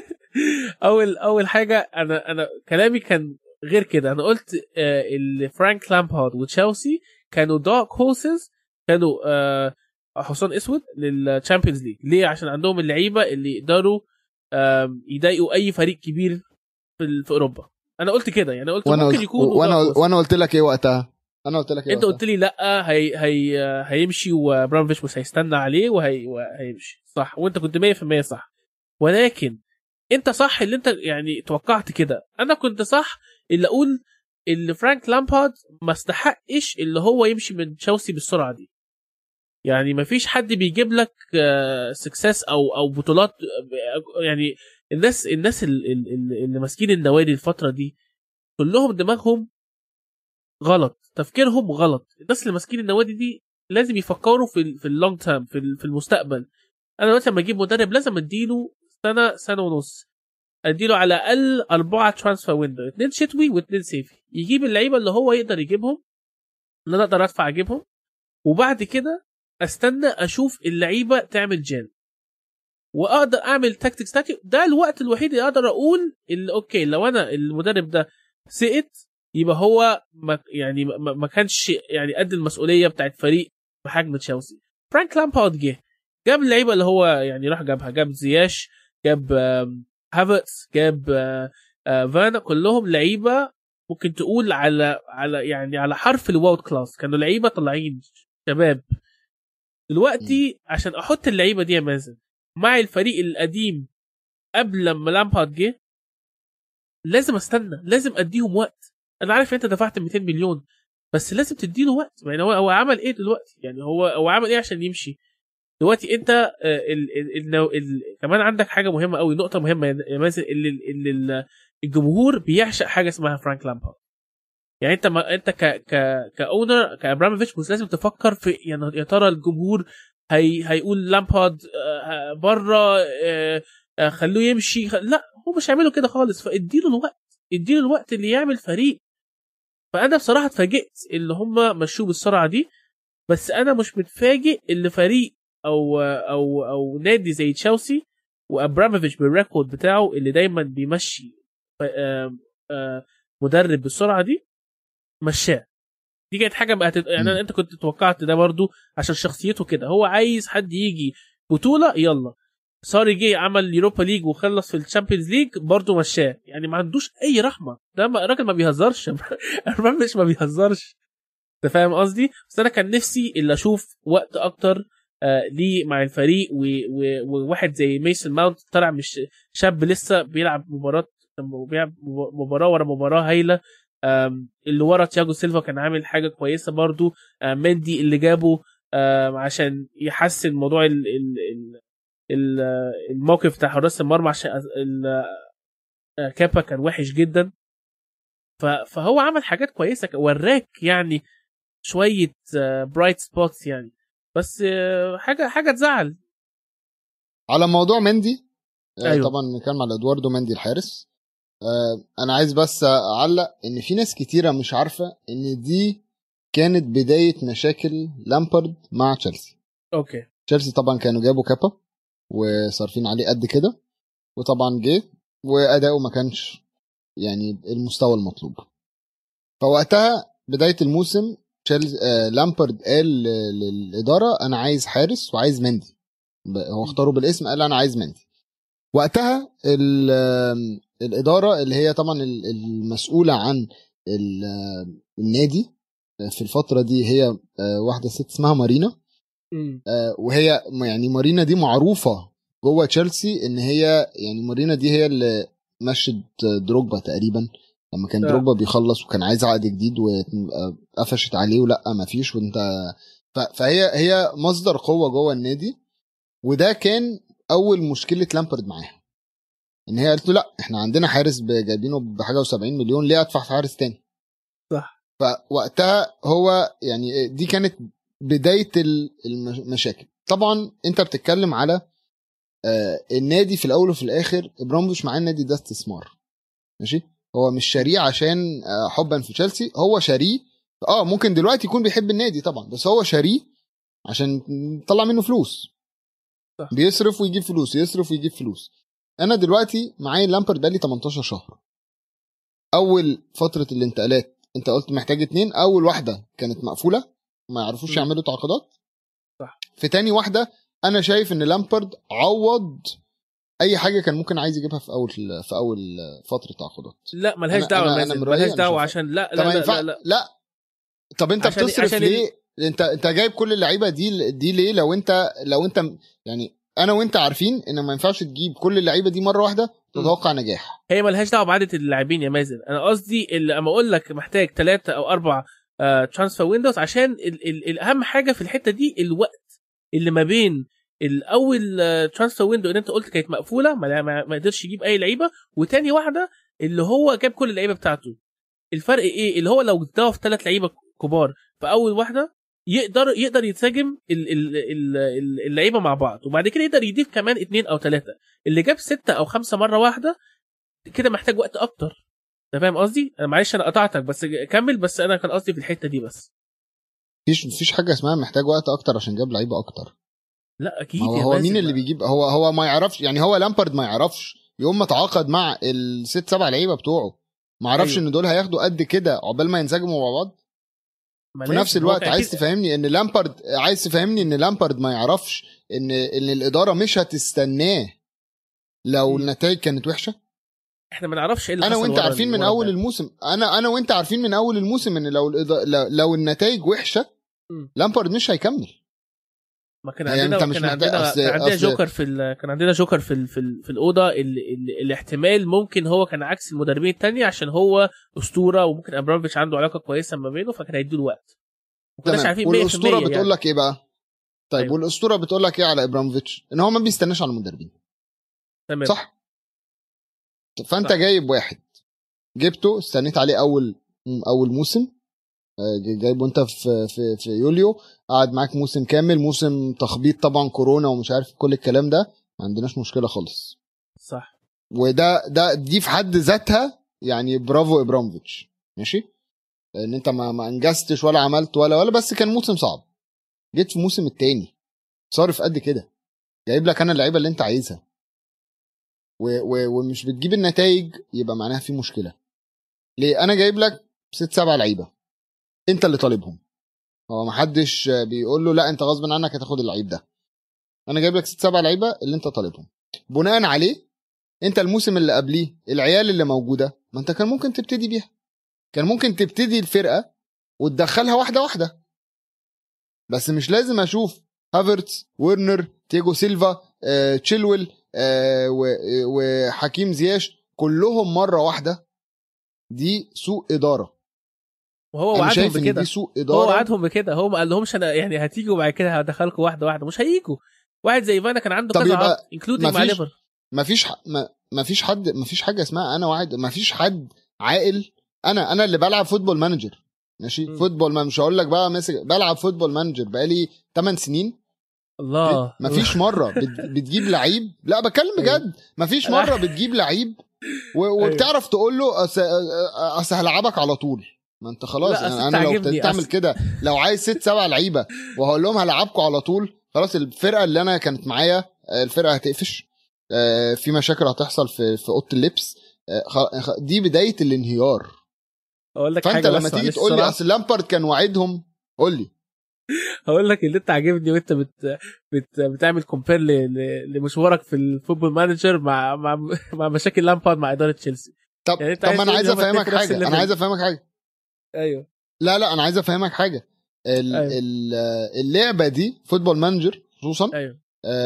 اول اول حاجه انا انا كلامي كان غير كده. انا قلت آه اللي فرانك لامبارد وتشيلسي كانوا دارك هورسز، كانوا آه حصان اسود للتشامبيونز ليج. ليه؟ عشان عندهم اللعيبه اللي يقدروا آه يضايقوا اي فريق كبير في, في اوروبا. انا قلت كده يعني، قلت ممكن يكون وانا وانا قلت لك ايه وقتها؟ انا قلت لك ايه انت وقتها؟ قلت لي لا هي هي هيمشي وبرامفيتش مش هيستنى عليه وهي وهيمشي صح، وانت كنت مية في المية صح. ولكن انت صح اللي انت يعني توقعت كده. انا كنت صح اللي اقول اللي فرانك لامبارد ما استحقش اللي هو يمشي من تشيلسي بالسرعه دي. يعني ما فيش حد بيجيب لك سكسس او او بطولات. يعني الناس الناس اللي, اللي ماسكين النوادي الفتره دي كلهم دماغهم غلط، تفكيرهم غلط. الناس اللي ماسكين النوادي دي لازم يفكروا في في اللونج تيرم، في في المستقبل. انا دلوقتي لما اجيب مدرب لازم اديله سنه سنه ونص، اديله على الاقل اربعه ترانسفير ويندو، اثنين شتوي واثنين صيفي، يجيب اللعيبه اللي هو يقدر يجيبهم، اللي انا اقدر ادفع اجيبهم، وبعد كده استنى اشوف اللعيبه تعمل جين واقدر اعمل تاكتكس تاكتيك. ده الوقت الوحيد اللي اقدر اقول اللي اوكي لو انا المدرب ده سقط يبقى هو ما يعني ما, ما كانش يعني قد المسؤوليه بتاعت فريق بحجم تشيلسي. فرانك لامبارد جه جاب اللعيبه اللي هو يعني راح جابها، جاب زياش، جاب هافرتس، جاب فانا، كلهم لعيبه ممكن تقول على على يعني على حرف الواو كلاس، كانوا لعيبه طالعين شباب. دلوقتي عشان احط اللعيبه دي يا مازن مع الفريق القديم قبل لما لامبارد جه لازم استنى، لازم اديهم وقت. انا عارف انت دفعت مئتين مليون بس لازم تديله وقت. يعني هو هو عمل ايه دلوقتي؟ يعني هو هو عمل ايه عشان يمشي دلوقتي؟ انت ال ال ال ال كمان عندك حاجه مهمه قوي، نقطه مهمه يا مازن، اللي, اللي الجمهور بيعشق حاجه اسمها فرانك لامبارد. يعني انت ما انت ك ك كاونر كابراموفيتش مش لازم تفكر في يعني يا ترى الجمهور هي هيقول لامبارد بره خلوه يمشي. لا، هو مش هيعملوا كده خالص. فاديله الوقت، اديله الوقت اللي يعمل فريق. فانا بصراحه اتفاجئت اللي هم مشوه بالسرعه دي. بس انا مش متفاجئ اللي فريق او او او نادي زي تشيلسي وابراموفيتش بالريكورد بتاعه اللي دايما بيمشي مدرب بالسرعه دي مشاه. دي كانت حاجه بقى تت... يعني انت كنت توقعت ده برضو عشان شخصيته كده، هو عايز حد يجي بطوله يلا. صار جه عمل يوروبا ليج وخلص في الشامبيونز ليج برضو مشاه. يعني ما عندوش اي رحمه، ده الراجل ما بيهزرش مش ما بيهزرش. انت فاهم قصدي؟ بس انا كان نفسي اللي اشوف وقت اكتر آه ليه مع الفريق، وواحد زي ميسون ماونت طلع مش شاب لسه بيلعب مباراه بيلعب مباراه ورا مباراه هايله. اللي ورا تياجو سيلفا كان عامل حاجه كويسه برضو. مندي اللي جابه عشان يحسن موضوع ال ال الموقف بتاع حراس المرمى، عشان كابا كان وحش جدا. فهو عمل حاجات كويسه، وراك يعني شويه برايت سبوتس يعني. بس حاجه حاجه تزعل. على موضوع مندي أيوة. طبعا نتكلم على ادواردو مندي الحارس. انا عايز بس اعلق ان في ناس كتيره مش عارفه ان دي كانت بدايه مشاكل لامبارد مع تشيلسي. اوكي. تشيلسي طبعا كانوا جابوا كابا وصارفين عليه قد كده، وطبعا جه واداؤه ما كانش يعني المستوى المطلوب. فوقتها بدايه الموسم تشيلسي آه لامبارد قال للاداره انا عايز حارس وعايز مندي. هو اختاروا بالاسم، قال انا عايز مندي. وقتها الإدارة اللي هي طبعا المسؤولة عن النادي في الفترة دي هي واحدة ست اسمها مارينا. وهي يعني مارينا دي معروفة جوه تشيلسي ان هي يعني مارينا دي هي اللي مشت دروجبا تقريبا لما كان دروجبا بيخلص وكان عايز عقد جديد وقفشت عليه ولا ما فيش وانت. فهي هي مصدر قوة جوه النادي. وده كان اول مشكلة لامبارد معاها، ان هي قالت له لا احنا عندنا حارس جايبينه بحاجه وسبعين مليون، ليه ادفع في حارس تاني؟ صح. فوقتها هو يعني دي كانت بدايه المشاكل. طبعا انت بتتكلم على آه النادي في الاول وفي الاخر. ابراموفيتش مع النادي ده استثمار، ماشي. هو مش شاريه عشان آه حبا في تشيلسي، هو شاريه اه ممكن دلوقتي يكون بيحب النادي طبعا، بس هو شاريه عشان يطلع منه فلوس. صح. بيصرف ويجيب فلوس، يصرف ويجيب فلوس. انا دلوقتي معايا لامبرد بقالي تمنتاشر شهر. اول فتره الانتقالات انت قلت محتاج اتنين، اول واحده كانت مقفوله ما يعرفوش م. يعملوا تعاقدات. صح. في تاني واحده انا شايف ان لامبرد عوض اي حاجه كان ممكن عايز يجيبها في اول في اول فتره تعاقدات. لا ملهاش أنا- دعوه أنا- مازن، أنا من رأيي ملهاش أنا دعوه شايفها. عشان لا طب لا ما لا, ينفع لا, لا. لا طب انت عشان- بتصرف عشان ليه؟ انت انت جايب كل اللعيبه دي دي ليه؟ لو انت لو انت يعني انا وانت عارفين ان ما ينفعش تجيب كل اللعيبه دي مره واحده تتوقع نجاح. هي ملهاش دعوه بعدد اللاعبين يا مازن. انا قصدي اللي اما اقول لك محتاج ثلاثة او اربع ترانسفير ويندوز، عشان ال ال الاهم حاجه في الحته دي الوقت اللي ما بين الاول ترانسفير ويندو اللي انت قلت كانت مقفوله ما, ما, ما قدرش يجيب اي لعيبه، وتاني واحده اللي هو جاب كل اللعيبه بتاعته. الفرق ايه؟ اللي هو لو ضاف ثلاث لعيبه كبار في اول واحده يقدر يقدر يتسجم اللعيبه مع بعض، وبعد كده يقدر يضيف كمان اتنين او ثلاثه. اللي جاب ستة او خمسة مره واحده كده محتاج وقت اكتر. انت فاهم قصدي؟ انا معلش انا قطعتك بس كمل. بس انا كان قصدي في الحته دي بس. مفيش مفيش حاجه اسمها محتاج وقت اكتر عشان جاب لعيبه اكتر. لا اكيد هو, يا هو مين اللي ما. بيجيب؟ هو هو ما يعرفش يعني. هو لامبرد ما يعرفش يوم ما تعاقد مع الست سبع لعيبه بتوعه ما عرفش أيوه. ان دول هياخدوا قد كده عقبال ما ينسجموا مع بعض. في نفس الوقت عايز تفهمني ان لامبرد عايز تفهمني ان لامبرد ما يعرفش ان ان الاداره مش هتستناه لو م. النتائج كانت وحشه. احنا ما نعرفش ايه اللي انا حصل. وانت عارفين من اول الموسم انا انا وانت عارفين من اول الموسم ان لو لو, لو النتائج وحشه م. لامبرد مش هيكمل. ما كان عندنا كان عندنا كان عندنا جوكر في ال... كان عندنا جوكر في ال... في, ال... في الاوضه اللي... اللي... الاحتمال ممكن هو كان عكس المدربين التانية عشان هو اسطوره وممكن ابراموفيتش عنده علاقه كويسه ما بينه فكان هيديله الوقت. وكناش عارفين والاسطوره بتقول يعني. لك ايه بقى؟ طيب أيوه. والاسطوره بتقول لك ايه على ابراموفيتش؟ ان هو ما بيستناش على المدربين. تمام صح؟ فانت صح. جايب واحد جبته استنيت عليه اول اول موسم، جايبه انت في في في يوليو، قعد معاك موسم كامل، موسم تخبيط طبعا كورونا ومش عارف كل الكلام ده، ما عندناش مشكله خالص. صح. وده ده دي في حد ذاتها يعني برافو ابراموفيتش، ماشي. لان انت ما ما انجزتش ولا عملت ولا ولا بس كان موسم صعب. جيت في الموسم الثاني صارف قد كده، جايب لك انا اللعيبه اللي انت عايزها و و ومش بتجيب النتائج، يبقى معناها في مشكله. ليه؟ انا جايب لك ست سبع لعيبه انت اللي طالبهم، هو ما حدش بيقول له لا انت غصب عنك هتاخد اللعيب ده. انا جايب لك ست سبع لعيبه اللي انت طالبهم، بناء عليه انت الموسم اللي قبليه العيال اللي موجوده ما انت كان ممكن تبتدي بيها، كان ممكن تبتدي الفرقه وتدخلها واحده واحده، بس مش لازم اشوف هافرتس، ويرنر، تيجو سيلفا، آه، تشيلويل، آه، وحكيم زياش كلهم مره واحده. دي سوء اداره، وهو وعدهم بكده. هو وعدهم بكده، هو ما قال لهمش انا يعني هتيجوا بعد كده هدخلكم واحده واحده، مش هييجوا. واحد زي فانا كان عنده كذا عرض انكلودينج مع ليفر. مفيش ح... مفيش حد مفيش حاجه اسمها انا واحد، مفيش حد عاقل. انا انا اللي بلعب فوتبول مانجر، ماشي. م. فوتبول ما مش هقول لك بقى ماسك، بلعب فوتبول مانجر بقالي ثمانية سنين. الله. مفيش مره بتجيب لعيب، لا بكلم بجد، مفيش مره بتجيب لعيب وبتعرف تقول له اصل هلعبك على طول. ما انت خلاص يعني انا لو ابتديت تعمل كده، لو عايز ست سبع لعيبه وهقول لهم هلعبكم على طول، خلاص الفرقه اللي انا كانت معايا الفرقه هتقفش، في مشاكل هتحصل في في اوضه اللبس، دي بدايه الانهيار. اقول لك فانت حاجه لما تيجي تقول لي اصل لامبارد كان وعدهم، قول لي. هقول لك اللي انت عاجبني وانت بت... بت... بتعمل كومبير ل... لمشوارك في الفوتبول مانجر مع مع, مع مشاكل لامبارد مع اداره تشيلسي. طب يعني طب انا عايز افهمك حاجه انا عايز افهمك حاجه ايوه لا لا انا عايز افهمك حاجه. أيوة. اللعبه دي فوتبول مانجر خصوصا، أيوة.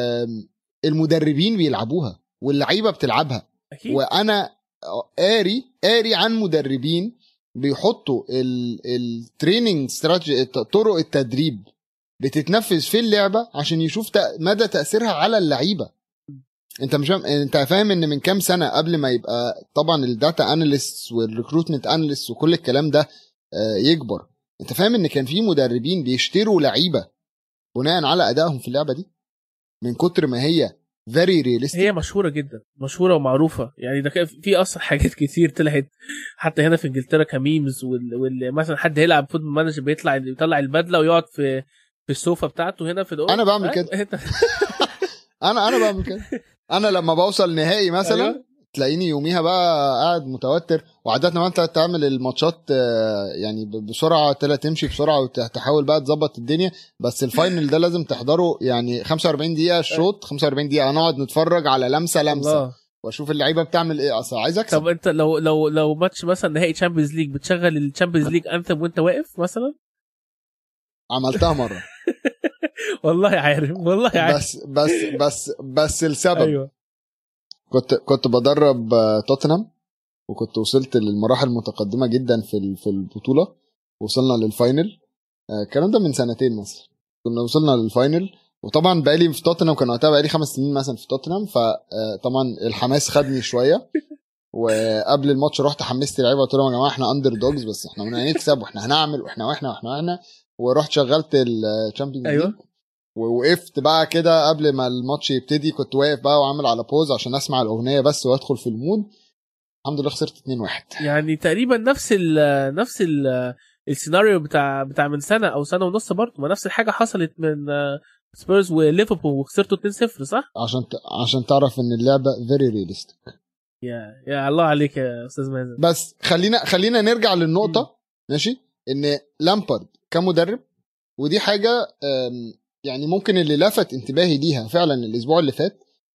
المدربين بيلعبوها واللعيبه بتلعبها. أكيد. وانا قاري قاري عن مدربين بيحطوا التريننج استراتيجي، طرق التدريب بتتنفذ في اللعبه عشان يشوف مدى تاثيرها على اللعيبه. انت مش فاهم؟ انت فاهم ان من كام سنه قبل ما يبقى طبعا الداتا اناليست والريكروتمنت اناليست وكل الكلام ده يكبر، انت فاهم ان كان في مدربين بيشتروا لعيبه بناء على ادائهم في اللعبه دي من كتر ما هي very realistic. هي مشهوره جدا مشهوره ومعروفه يعني. ده في اصلا حاجات كتير طلعت حتى هنا في انجلترا كميمز وال مثلا حد هيلعب فوت مانجر بيطلع يطلع البدله ويقعد في في السوفه بتاعته هنا في الأوضة. انا بعمل كده انا انا بعمل كده انا لما بوصل نهائي مثلا أيوة. تلاقيني يوميها بقى قاعد متوتر. وعادة ما انت تعمل الماتشات يعني بسرعه تلا تمشي بسرعه وتحاول بقى تظبط الدنيا. بس الفاينل ده لازم تحضره يعني خمسة وأربعين دقيقه الشوط خمسة وأربعين دقيقه نقعد نتفرج على لمسه لمسه الله. واشوف اللعيبه بتعمل ايه اصلا عايز اكسب. طب انت لو لو لو ماتش مثلا نهائي تشامبيونز ليج بتشغل التشامبيونز ليج انثم وانت واقف مثلا؟ عملتها مره والله عارف والله عارف بس بس بس بس السبب أيوة. كنت كنت بدرب توتنهام وكنت وصلت للمراحل المتقدمه جدا في في البطوله. وصلنا للفاينل الكلام ده من سنتين مثلا. كنا وصلنا للفاينل وطبعا بقالي في توتنهام كان وقتها بقالي خمس سنين مثلا في توتنهام. فطبعا الحماس خدني شويه. وقبل الماتش رحت حمست اللعيبه قلت لهم يا جماعه احنا اندر دوجز بس احنا هنكسب واحنا هنعمل واحنا واحنا واحنا واحنا ورحت شغلت الشامبيونز ليج. أيوة. ووقفت بقى كده قبل ما الماتش يبتدي كنت واقف بقى وعامل على بوز عشان اسمع الاغنيه بس وادخل في المود. الحمد لله خسرت اتنين واحد. يعني تقريبا نفس ال نفس ال السيناريو بتاع بتاع من سنه او سنه ونص برضه. ما نفس الحاجه حصلت من سبيرز وليفربول وخسرتوا اتنين صفر صح؟ عشان ت... عشان تعرف ان اللعبه فيري رياليستيك. يا يا الله عليك يا استاذ مازن. بس خلينا خلينا نرجع للنقطه م. ماشي ان لامبارد كمدرب ودي حاجه يعني ممكن اللي لفت انتباهي ليها فعلا الاسبوع اللي فات.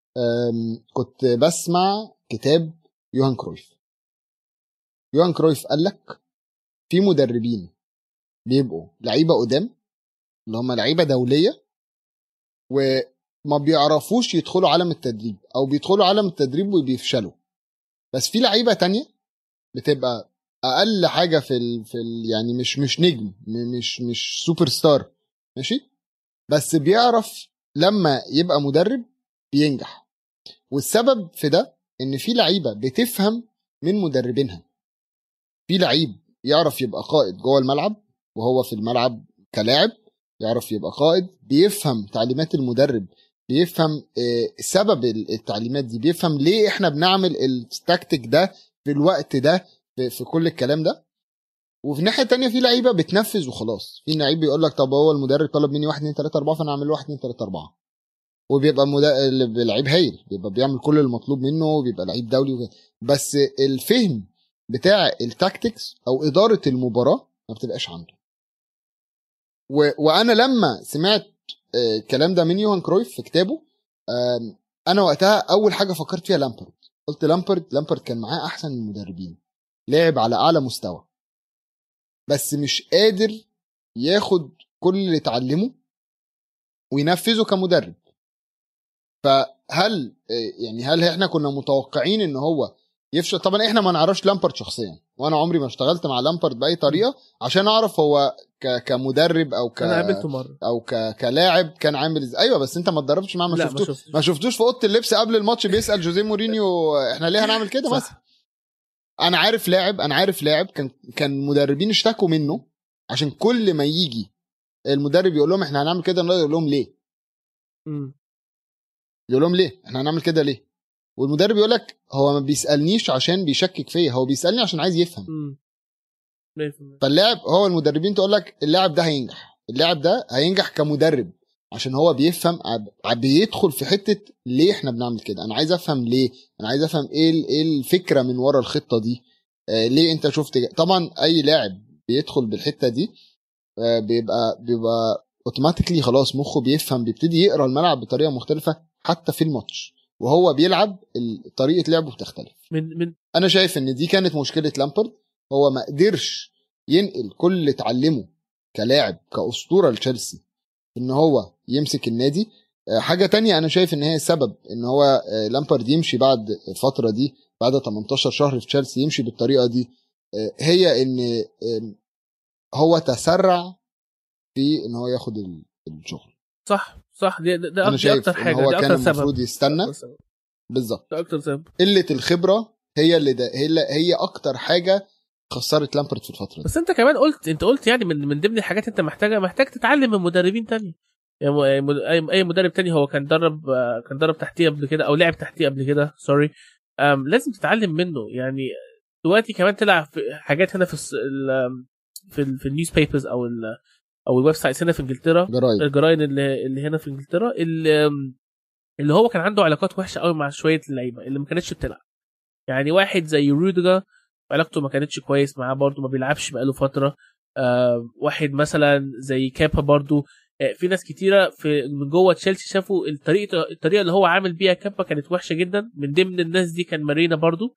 كنت بسمع كتاب يوهان كرويف. يوهان كرويف قال لك في مدربين بيبقوا لعيبه قدام اللي هم لعيبه دوليه وما بيعرفوش يدخلوا عالم التدريب او بيدخلوا عالم التدريب وبيفشلوا. بس في لعيبه تانية بتبقى اقل حاجه في ال في ال يعني مش مش نجم مش مش سوبر ستار ماشي بس بيعرف لما يبقى مدرب بينجح. والسبب في ده ان في لعيبه بتفهم من مدربينها. في لعيب يعرف يبقى قائد جوه الملعب وهو في الملعب كلاعب يعرف يبقى قائد بيفهم تعليمات المدرب بيفهم سبب التعليمات دي بيفهم ليه احنا بنعمل التكتيك ده في الوقت ده في كل الكلام ده. وفي ناحية تانية في لعيبة بتنفذ وخلاص. في لعيب بيقول لك طب هو المدرب طلب مني واحد اتنين تلاتة اربعة فانا اعمل له واحد اتنين تلاتة اربعة وبيبقى مد... لعيب هايل بيبقى بيعمل كل المطلوب منه بيبقى لعيب دولي وكده. بس الفهم بتاع التاكتكس او ادارة المباراة ما بتبقاش عنده. و... وانا لما سمعت الكلام ده من يوهان كرويف في كتابه انا وقتها اول حاجة فكرت فيها لامبارد. قلت لامبارد لامبارد كان معاه احسن المدربين لعب على اعلى مستوى بس مش قادر ياخد كل اللي اتعلمه وينفذه كمدرب. فهل يعني هل احنا كنا متوقعين ان هو يفشل؟ طبعا احنا ما نعرفش لامبارد شخصيا وانا عمري ما اشتغلت مع لامبارد باي طريقه عشان اعرف هو ك... كمدرب او ك او ك... كلاعب كان عامل ازاي. ايوه بس انت ما اتدربتش معاه ما شفتوش ما شفتوش في اوضه اللبس قبل الماتش بيسال جوزيه مورينيو احنا ليه هنعمل كده مثلا. انا عارف لاعب انا عارف لاعب كان كان مدربين اشتكوا منه عشان كل ما يجي المدرب يقول لهم احنا هنعمل كده يقول لهم ليه امم يقول لهم ليه احنا هنعمل كده ليه. والمدرب يقول لك هو ما بيسالنيش عشان بيشكك فيا هو بيسالني عشان عايز يفهم. امم فاللاعب هو المدربين تقول لك اللاعب ده هينجح اللاعب ده هينجح كمدرب عشان هو بيفهم بيدخل في حته ليه احنا بنعمل كده. انا عايز افهم ليه انا عايز افهم ايه ايه الفكره من ورا الخطه دي. آه ليه انت شفت طبعا اي لاعب بيدخل بالحته دي آه بيبقى بيبقى اوتوماتيكلي خلاص مخه بيفهم بيبتدي يقرا الملعب بطريقه مختلفه حتى في الماتش وهو بيلعب طريقه لعبه بتختلف. من من انا انا شايف ان دي كانت مشكله لامبارد. هو ما قدرش ينقل كل اللي اتعلمه كلاعب كاسطوره لتشيلسي ان هو يمسك النادي. حاجه تانية انا شايف ان هي سبب ان هو لامبارد يمشي بعد الفتره دي بعد تمنتاشر شهر في تشيلسي يمشي بالطريقه دي هي ان هو تسرع في ان هو ياخد الشغل. صح صح دي ده أنا شايف اكتر حاجه هو دي كان اكتر المفروض سبب. يستنى بالظبط. ده اكتر سبب قله الخبره هي اللي ده هي هي اكتر حاجه خسرت لامبارد في الفتره دي. بس انت كمان قلت انت قلت يعني من من ضمن الحاجات انت محتاجه محتاج تتعلم من مدربين تاني. يعني اي مدرب تاني هو كان درب كان درب تحتيه قبل كده او لعب تحتيه قبل كده سوري لازم تتعلم منه. يعني دلوقتي كمان طلع في حاجات هنا في ال في ال في النيوز بيبرز او ال او الويب سايتس هنا في انجلترا، جرايد. الجرايد اللي, اللي هنا في انجلترا اللي, اللي هو كان عنده علاقات وحشه قوي مع شويه اللعيبه اللي ما كانتش بتلعب. يعني واحد زي روديجر علاقته ما كانتش كويس معاه برضه، ما بيلعبش بقاله فتره. آه واحد مثلا زي كابا برضه، آه في ناس كتيره في من جوه تشيلسي شافوا الطريقه الطريقه اللي هو عامل بيها كابا كانت وحشه جدا. من ضمن الناس دي كان مارينا برضه.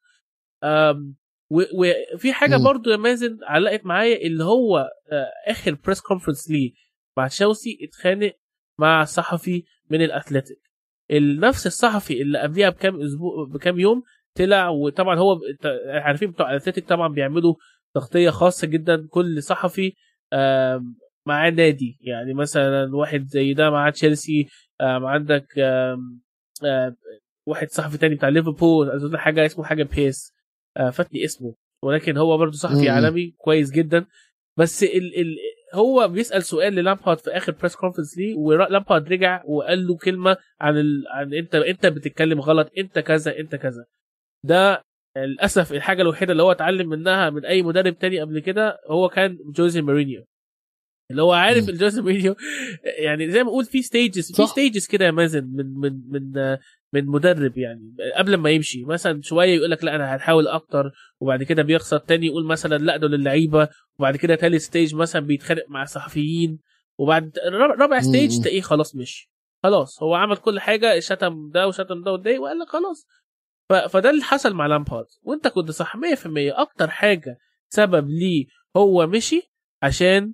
وفي حاجه مم. برضو يا مازن علقت معايا اللي هو اخر بريس كونفرنس ليه مع تشيلسي اتخانق مع صحفي من الاتلتيك. نفس الصحفي اللي قبليها بكام اسبوع بكام يوم طلع، وطبعا هو عارفين بتوع الاتلتيك طبعا بيعملوا تغطيه خاصه جدا كل صحفي مع نادي. يعني مثلا واحد زي ده مع تشيلسي، عندك واحد صحفي تاني بتاع ليفربول اظن حاجه اسمه حاجه بيس، فاتني اسمه، ولكن هو برضو صحفي مم. عالمي كويس جدا. بس ال ال هو بيسأل سؤال للامبارد في اخر بريس كونفرنس ليه، ولامبارد رجع وقال له كلمه عن ال... عن انت انت بتتكلم غلط، انت كذا انت كذا. ده للاسف الحاجه الوحيده اللي هو اتعلم منها من اي مدرب تاني قبل كده هو كان جوزي مورينيو، اللي هو عارف الجوزي مورينيو. يعني زي ما اقول في ستيجز في ستيجز كده يا مازن من من من من مدرب. يعني قبل ما يمشي مثلا شويه يقول لك لا انا هحاول اكتر، وبعد كده بيخسر. تاني يقول مثلا لا دول اللعيبه، وبعد كده تالت ستيج مثلا بيتخانق مع صحفيين، وبعد رابع ستيج تلاقيه خلاص مشي. خلاص هو عمل كل حاجه، شتم ده وشتم ده وده وقال لك خلاص. فده اللي حصل مع لامبارد، وانت كنت صح مية في المية. اكتر حاجه سبب ليه هو مشي عشان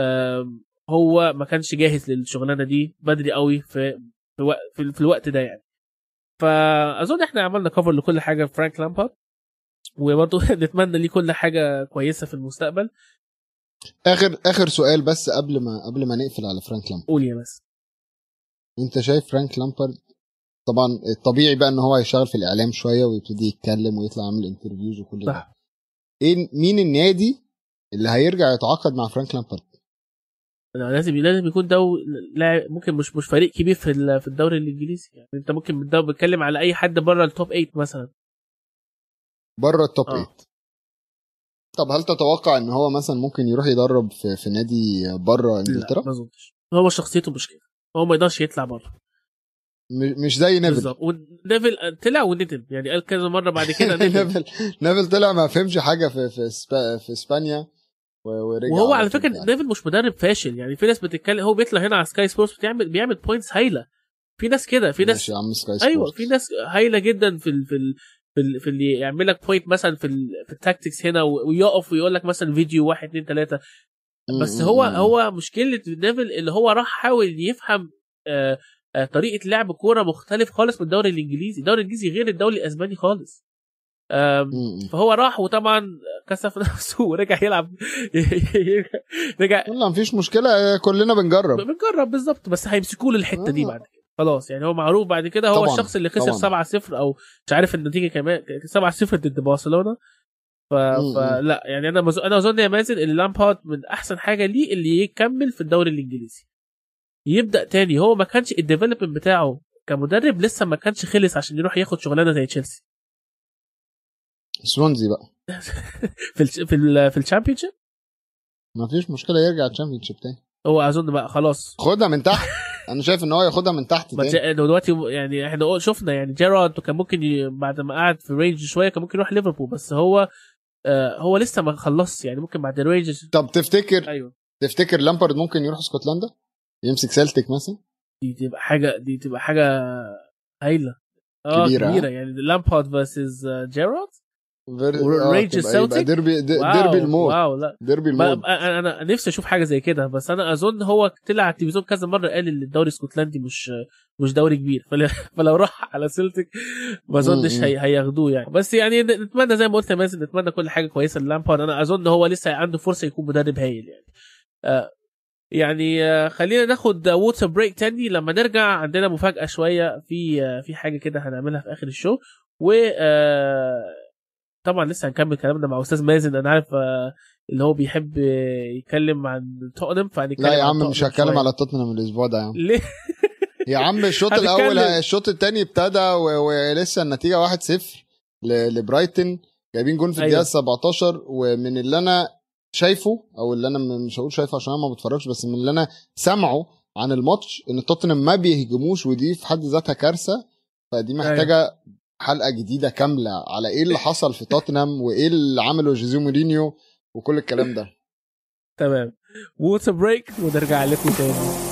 هو ما كانش جاهز للشغلانه دي بدري قوي في في, وق... في, في الوقت ده يعني. فاظن احنا عملنا كفر لكل حاجه في فرانك لامبارد، وبرضه نتمنى ليه كل حاجه كويسه في المستقبل. اخر اخر سؤال بس قبل ما قبل ما نقفل على فرانك لامبارد. قول يا بس، انت شايف فرانك لامبارد طبعا الطبيعي بقى ان هو هيشتغل في الاعلام شويه ويبتدي يتكلم ويطلع يعمل انترفيوز وكل ده، ايه مين النادي اللي هيرجع يتعاقد مع فرانك لامبارد؟ لازم لازم يكون ده لاعب ممكن مش مش فريق كبير في في الدوري الانجليزي. يعني انت ممكن بتتكلم على اي حد بره التوب ثمانية مثلا، بره التوب آه. ثمانية. طب هل تتوقع ان هو مثلا ممكن يروح يدرب في, في نادي بره انجلترا؟ لا ما اظنش، هو شخصيته مش كده، هو ما يقدرش يطلع بره. مش زي نيفل. بالظبط، ونيفل طلع وندم يعني قال كذا مره بعد كده. نيفل نيفل طلع ما فهمش حاجه في في اسبا... في اسبانيا ورجع. وهو على فكره نيفل مش مدرب فاشل. يعني في ناس بتتكلم هو بيطلع هنا على سكاي سبورتس بيعمل بيعمل بوينتس هايله. في ناس كده، في ناس يا عم سكاي ايوه في ناس هايله جدا في ال... في ال... في, ال... في اللي يعمل لك بوينت مثلا في ال... في التاكتكس هنا، ويقف ويقول لك مثلا فيديو واحد اتنين تلاته. بس هو هو مشكله نيفل اللي هو راح حاول يفهم آه آه طريقه لعب كوره مختلف خالص من الدوري الانجليزي. الدوري الانجليزي غير الدوري الاسباني خالص. فهو راح وطبعا كسف نفسه ورجع يلعب. رجع والله مفيش مشكله، كلنا بنجرب بنجرب بالظبط. بس هيمسكوا له الحته دي بعد كده خلاص. يعني هو معروف بعد كده هو طبعًا. الشخص اللي خسر سبعة صفر او مش عارف النتيجه كمان سبعة صفر ضد برشلونه. ف... فلا يعني انا مز... انا اظن يا مازن ان لامبارد من احسن حاجه ليه اللي يكمل في الدوري الانجليزي يبدا تاني. هو ما كانش الديفلوبمنت بتاعه كمدرب لسه ما كانش خلص عشان يروح ياخد شغلانه زي تشيلسي. سوانزي بقى في ال في ال في الشامبيونشيب ما فيش مشكله يرجع الشامبيونشيب تاني. هو اظن بقى خلاص خدها من تحت. انا شايف ان هو ياخدها من تحت تاني دلوقتي. يعني احنا شفنا يعني جيرارد كان ممكن ي... بعد ما قعد في رينج شويه كان ممكن يروح ليفربول، بس هو آه هو لسه ما خلصش. يعني ممكن بعد رينج. طب تفتكر ايوه تفتكر لامبارد ممكن يروح اسكتلندا يمسك سيلتيك مثلا؟ دي تبقى حاجه دي تبقى حاجه هايله اه كبيره, كبيرة. يعني لامبارد فيرسز جيرارد ورينج سيلتيك ديربي ديربي الموت. واو لا ديربي الموت. انا انا نفسي اشوف حاجه زي كده. بس انا اظن هو طلع على التلفزيون كذا مره قال ان الدوري الاسكتلندي مش مش دوري كبير. فلو راح على سيلتيك ما اظنش هي هياخدوه يعني. بس يعني نتمنى زي ما قلت يا مازن نتمنى كل حاجه كويسه للامبارد. انا اظن هو لسه عنده فرصه يكون مدرب هايل يعني. آه يعني آه خلينا ناخد ووتر بريك تاني. لما نرجع عندنا مفاجاه شويه في آه في حاجه كده هنعملها في اخر الشو. و آه طبعا لسه هنكمل كلامنا مع استاذ مازن. انا عارف آه اللي هو بيحب يتكلم عن توتنهام، فهنتكلم. لا يا عم مش هتكلم على توتنهام الاسبوع ده يا عم. ليه يا عم الشوط الاول الشوط الثاني ابتدى ولسه النتيجه واحد صفر لبرايتون، جايبين جون في الدقيقه سبعتاشر. ومن اللي انا شايفه او اللي انا مش هقول شايفه عشان انا ما بتفرجش، بس من اللي انا سامعه عن الماتش ان توتنهام ما بيهجموش، ودي في حد ذاتها كارثه. فدي محتاجه حلقه جديده كامله على ايه اللي حصل في توتنهام وايه اللي عمله جوزيه مورينيو وكل الكلام ده. تمام، ووتر بريك ونرجع لكم تاني.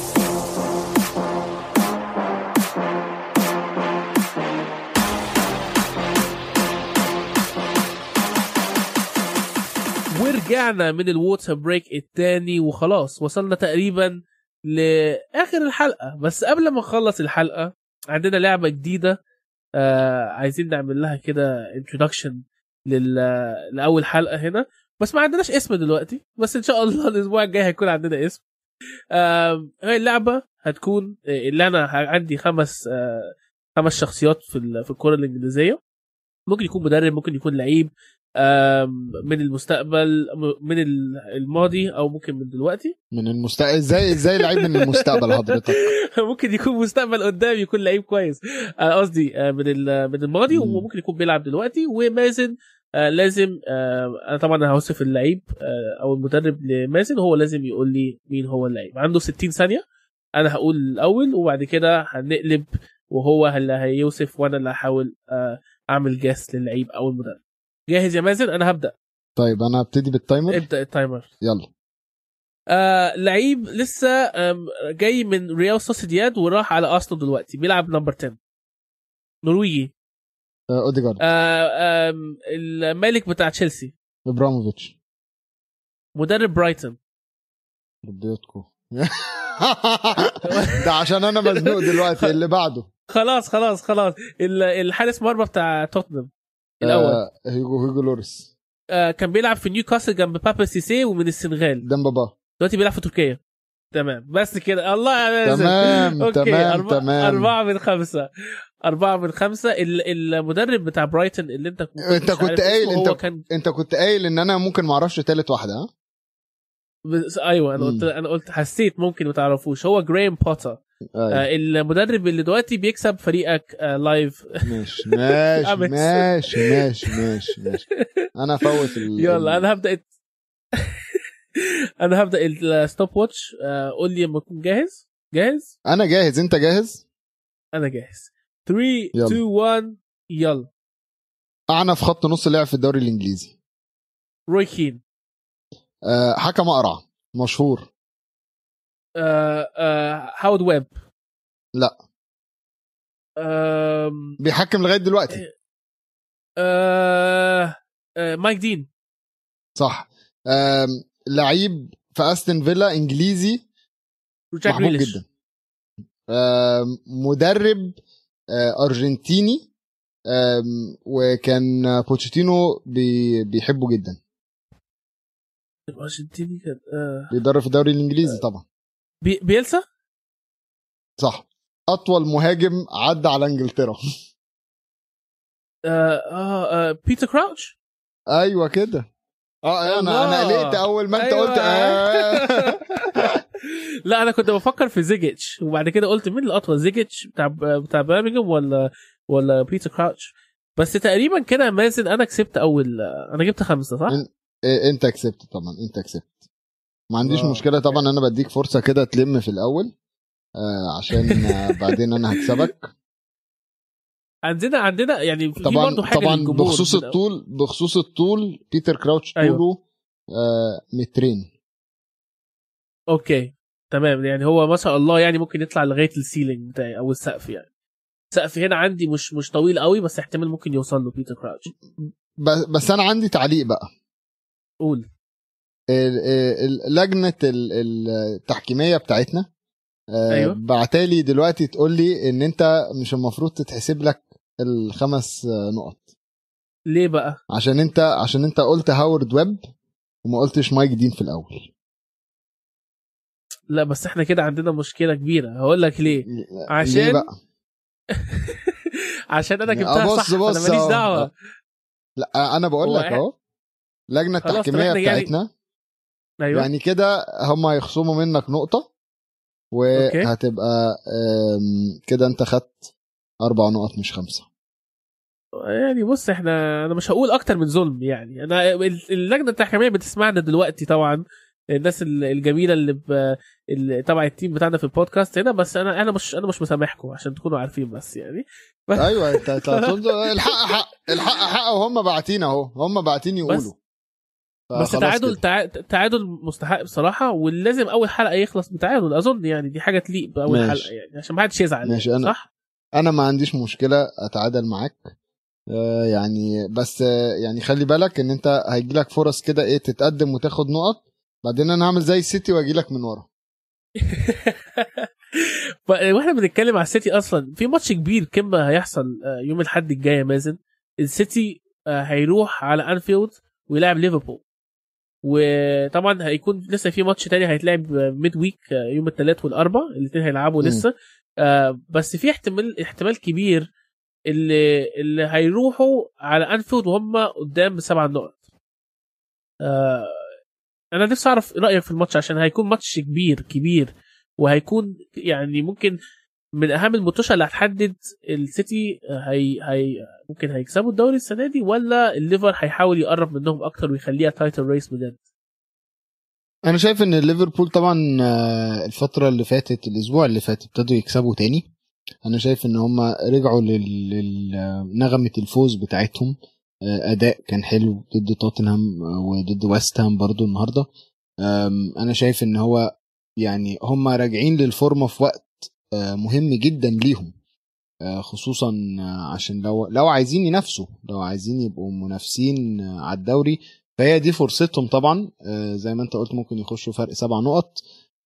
ورجعنا من الووتر بريك التاني وخلاص وصلنا تقريبا لاخر الحلقه. بس قبل ما نخلص الحلقه عندنا لعبه جديده آه عايزين نعمل لها كده introduction لل... لاول حلقه هنا، بس ما عندناش اسم دلوقتي، بس ان شاء الله الاسبوع الجاي هيكون عندنا اسم. آه هاي اللعبه هتكون اللي انا عندي خمس آه خمس شخصيات في ال... في الكره الانجليزيه. ممكن يكون مدرب، ممكن يكون لعيب من المستقبل، من الماضي، او ممكن من دلوقتي. من المستقبل ازاي ازاي لعيب من المستقبل حضرتك؟ ممكن يكون مستقبل قدام يكون لعيب كويس، قصدي من من الماضي، وممكن يكون بيلعب دلوقتي. ومازن لازم انا طبعا هوصف اللعيب او المدرب لمازن، وهو لازم يقول لي مين هو اللعيب. عنده ستين ثانيه، انا هقول الاول وبعد كده هنقلب وهو اللي هيوصف وانا اللي هحاول اعمل جاس للعيب او المدرب. جاهز يا مازن؟ انا هبدا. طيب انا هبتدي بالتايمر. ابدا التايمر يلا. آه لعيب لسه جاي من ريال سوسيداد وراح على ارسنال دلوقتي، بيلعب نمبر عشرة، نرويجي. آه اوديجارد. آه آه الملك بتاع تشيلسي ابراموفيتش. مدرب برايتون. ربيتكو. ده عشان انا مزنوق دلوقتي. اللي بعده. خلاص خلاص خلاص الحارس مرمى بتاع توتنهام الاول. آه هيجو هيجو لوريس. آه كان بيلعب في نيوكاسل جنب بابا سيسي ومن السنغال. دمبابا. دلوقتي بيلعب في تركيا. تمام بس كده. الله يا مازن. تمام أوكي. تمام أربعة تمام. أربعة من خمسة. أربعة من خمسة. المدرب بتاع برايتون اللي انت كنت انت كنت قايل انت كان... انت كنت قايل ان انا ممكن ما اعرفش ثالث واحده. ها بس ايوه انا قلت انا قلت حسيت ممكن ما تعرفوش. هو جريم بوتر. أيوة. آه المدرب اللي دلوقتي بيكسب فريقك آه لايف. ماشي ماشي ماشي ماشي ماشي ماشي. انا فوت ال... يلا انا هبدا الت... انا هبدا الستوب واتش. آه قول لي لما تكون جاهز. جاهز؟ انا جاهز. انت جاهز؟ انا جاهز. ثلاثة اثنين واحد يلا. اعنى في خط نص لعب في الدوري الانجليزي. روي كين. أه حكم اقرع مشهور. أه أه هاود ويب. لا. أه بيحكم لغايه دلوقتي. أه أه مايك دين. صح. أه لعيب في استون فيلا انجليزي محبوب جدا. أه مدرب أه ارجنتيني. أه وكان بوتشيتينو بي بيحبه جدا. الارجنتيني كان آه. بيدرب في الدوري الانجليزي طبعا. بي... بيلسا. صح. اطول مهاجم عدى على انجلترا. آه آه آه بيتر كراوتش. ايوه كده. اه انا انا قلقت اول ما انت أيوة. قلت آه. لا انا كنت بفكر في زيجيتش وبعد كده قلت مين الاطول، زيجيتش بتاع بتاع بيرمنغهام ولا ولا بيتر كراوتش. بس تقريبا كده مازن انا كسبت اول. انا جبت خمسة صح؟ انت كسبت طبعا. انت كسبت. ما عنديش آه. مشكله طبعا. انا بديك فرصه كده تلم في الاول آه عشان آه بعدين انا هكسبك. عندنا عندنا يعني في طبعا برضه حاجه طبعا بخصوص الطول. بخصوص الطول بيتر كراوتش طوله أيوة. آه مترين. اوكي تمام. يعني هو ما شاء الله يعني ممكن يطلع لغايه السيلينج بتاعي او السقف. يعني السقف هنا عندي مش مش طويل قوي بس احتمال ممكن يوصل له بيتر كراوتش. بس انا عندي تعليق بقى. قول. لجنه التحكيميه بتاعتنا أيوة. بعتالي دلوقتي تقول لي ان انت مش المفروض تتحسب لك الخمس نقط. ليه بقى؟ عشان انت عشان انت قلت هاورد ويب وما قلتش مايك دين في الاول. لا بس احنا كده عندنا مشكله كبيره. هقول لك ليه. عشان ليه بقى؟ عشان انا جبتها صح. انا ماليش دعوه. لا انا بقول لك اهو لجنه التحكيميه بتاعتنا يعني... أيوة. يعني كده هم هيخصموا منك نقطه وهتبقى كده انت خدت اربع نقط مش خمسه. يعني بص احنا انا مش هقول اكتر من ظلم يعني. انا اللجنه التحكيميه بتسمعنا دلوقتي طبعا الناس الجميله اللي, ب... اللي تبع التيم بتاعنا في البودكاست هنا بس انا انا مش انا مش مسامحكم عشان تكونوا عارفين بس يعني بس... ايوه انت الحق حق الحق حق وهم باعتين اهو هم باعتين يقولوا بس تعادل تع... تعادل مستحق بصراحه ولازم اول حلقه يخلص بتعادل اظن يعني دي حاجه تليق باول ماشي. حلقه يعني عشان ما حدش يزعل ماشي يعني. أنا... صح انا ما عنديش مشكله اتعادل معاك آه يعني بس آه يعني خلي بالك ان انت هيجيلك فرص كده ايه تتقدم وتاخد نقط بعدين انا هعمل زي السيتي واجيلك من ورا. واحنا بنتكلم على السيتي اصلا في ماتش كبير كم هيحصل يوم الاحد الجاي يا مازن. السيتي هيروح على انفيلد ويلعب ليفربول وطبعا هيكون لسه في ماتش تاني هيتلعب ميد ويك يوم الثلاث والاربع الاثنين هيلعبوا لسه آه بس في احتمال احتمال كبير اللي اللي هيروحوا على انفيلد وهم قدام بسبع نقط. آه انا نفسي اعرف رايك في الماتش عشان هيكون ماتش كبير كبير وهيكون يعني ممكن من اهم الماتشات اللي هتحدد السيتي هي هي ممكن هيكسبوا الدوري السنه دي ولا الليفر هيحاول يقرب منهم اكتر ويخليها تايتل ريس بجد. انا شايف ان ليفربول طبعا الفتره اللي فاتت الاسبوع اللي فات ابتدوا يكسبوا تاني. انا شايف ان هم رجعوا لنغمه الفوز بتاعتهم. اداء كان حلو ضد توتنهام وضد ويست هام برضو النهارده. انا شايف ان هو يعني هم راجعين للفورمه في وقت مهم جدا ليهم خصوصا عشان لو لو عايزين ينافسوا لو عايزين يبقوا منافسين على الدوري فهي دي فرصتهم طبعا. زي ما انت قلت ممكن يخشوا فرق سبع نقط.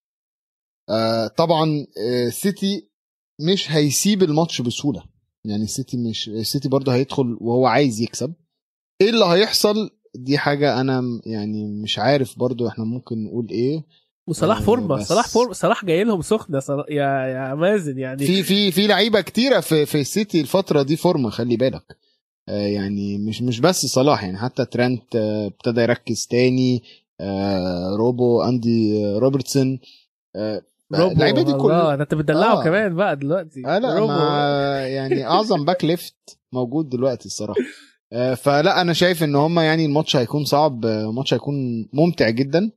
طبعا سيتي مش هيسيب الماتش بسهوله يعني السيتي مش السيتي برضه هيدخل وهو عايز يكسب. ايه اللي هيحصل دي حاجه انا يعني مش عارف برضه احنا ممكن نقول ايه. وصلاح فورمه صلاح فورمه صلاح جاي لهم سخنه صلاح يا يا مازن يعني في في في لعيبه كتيره في في السيتي الفتره دي فورمه خلي بالك. آه يعني مش مش بس صلاح يعني حتى ترنت آه ابتدى يركز تاني. آه روبو اندي آه روبرتسون آه اللعيبه دي كلها ده انت بتدلعه آه. كمان بقى دلوقتي آه لا ما يعني اعظم باك ليفت موجود دلوقتي الصراحه. آه فلا انا شايف ان هم يعني الماتش هيكون صعب. الماتش هيكون ممتع جدا.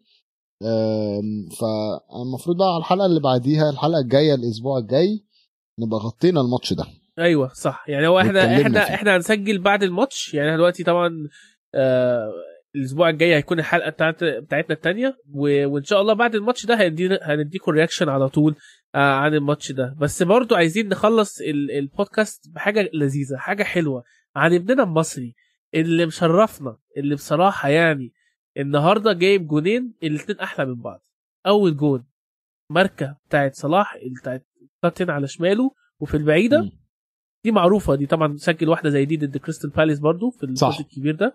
فالمفروض بقى على الحلقه اللي بعديها الحلقه الجايه الاسبوع الجاي نبقى غطينا الماتش ده. ايوه صح يعني هو احنا احنا فيه. احنا هنسجل بعد الماتش يعني دلوقتي طبعا آه الاسبوع الجاي هيكون الحلقه بتاعت بتاعتنا الثانيه وان شاء الله بعد الماتش ده هندينا هنديكم رياكشن على طول آه عن الماتش ده. بس برضو عايزين نخلص البودكاست بحاجه لذيذه حاجه حلوه عن ابننا المصري اللي مشرفنا اللي بصراحه يعني النهارده جايب جونين الاثنين احلى من بعض. اول جون ماركه بتاعت صلاح بتاعت قطن على شماله وفي البعيده م. دي معروفه دي طبعا سجل واحده زي دي ضد كريستال بالاس برضو في الفوز الكبير ده.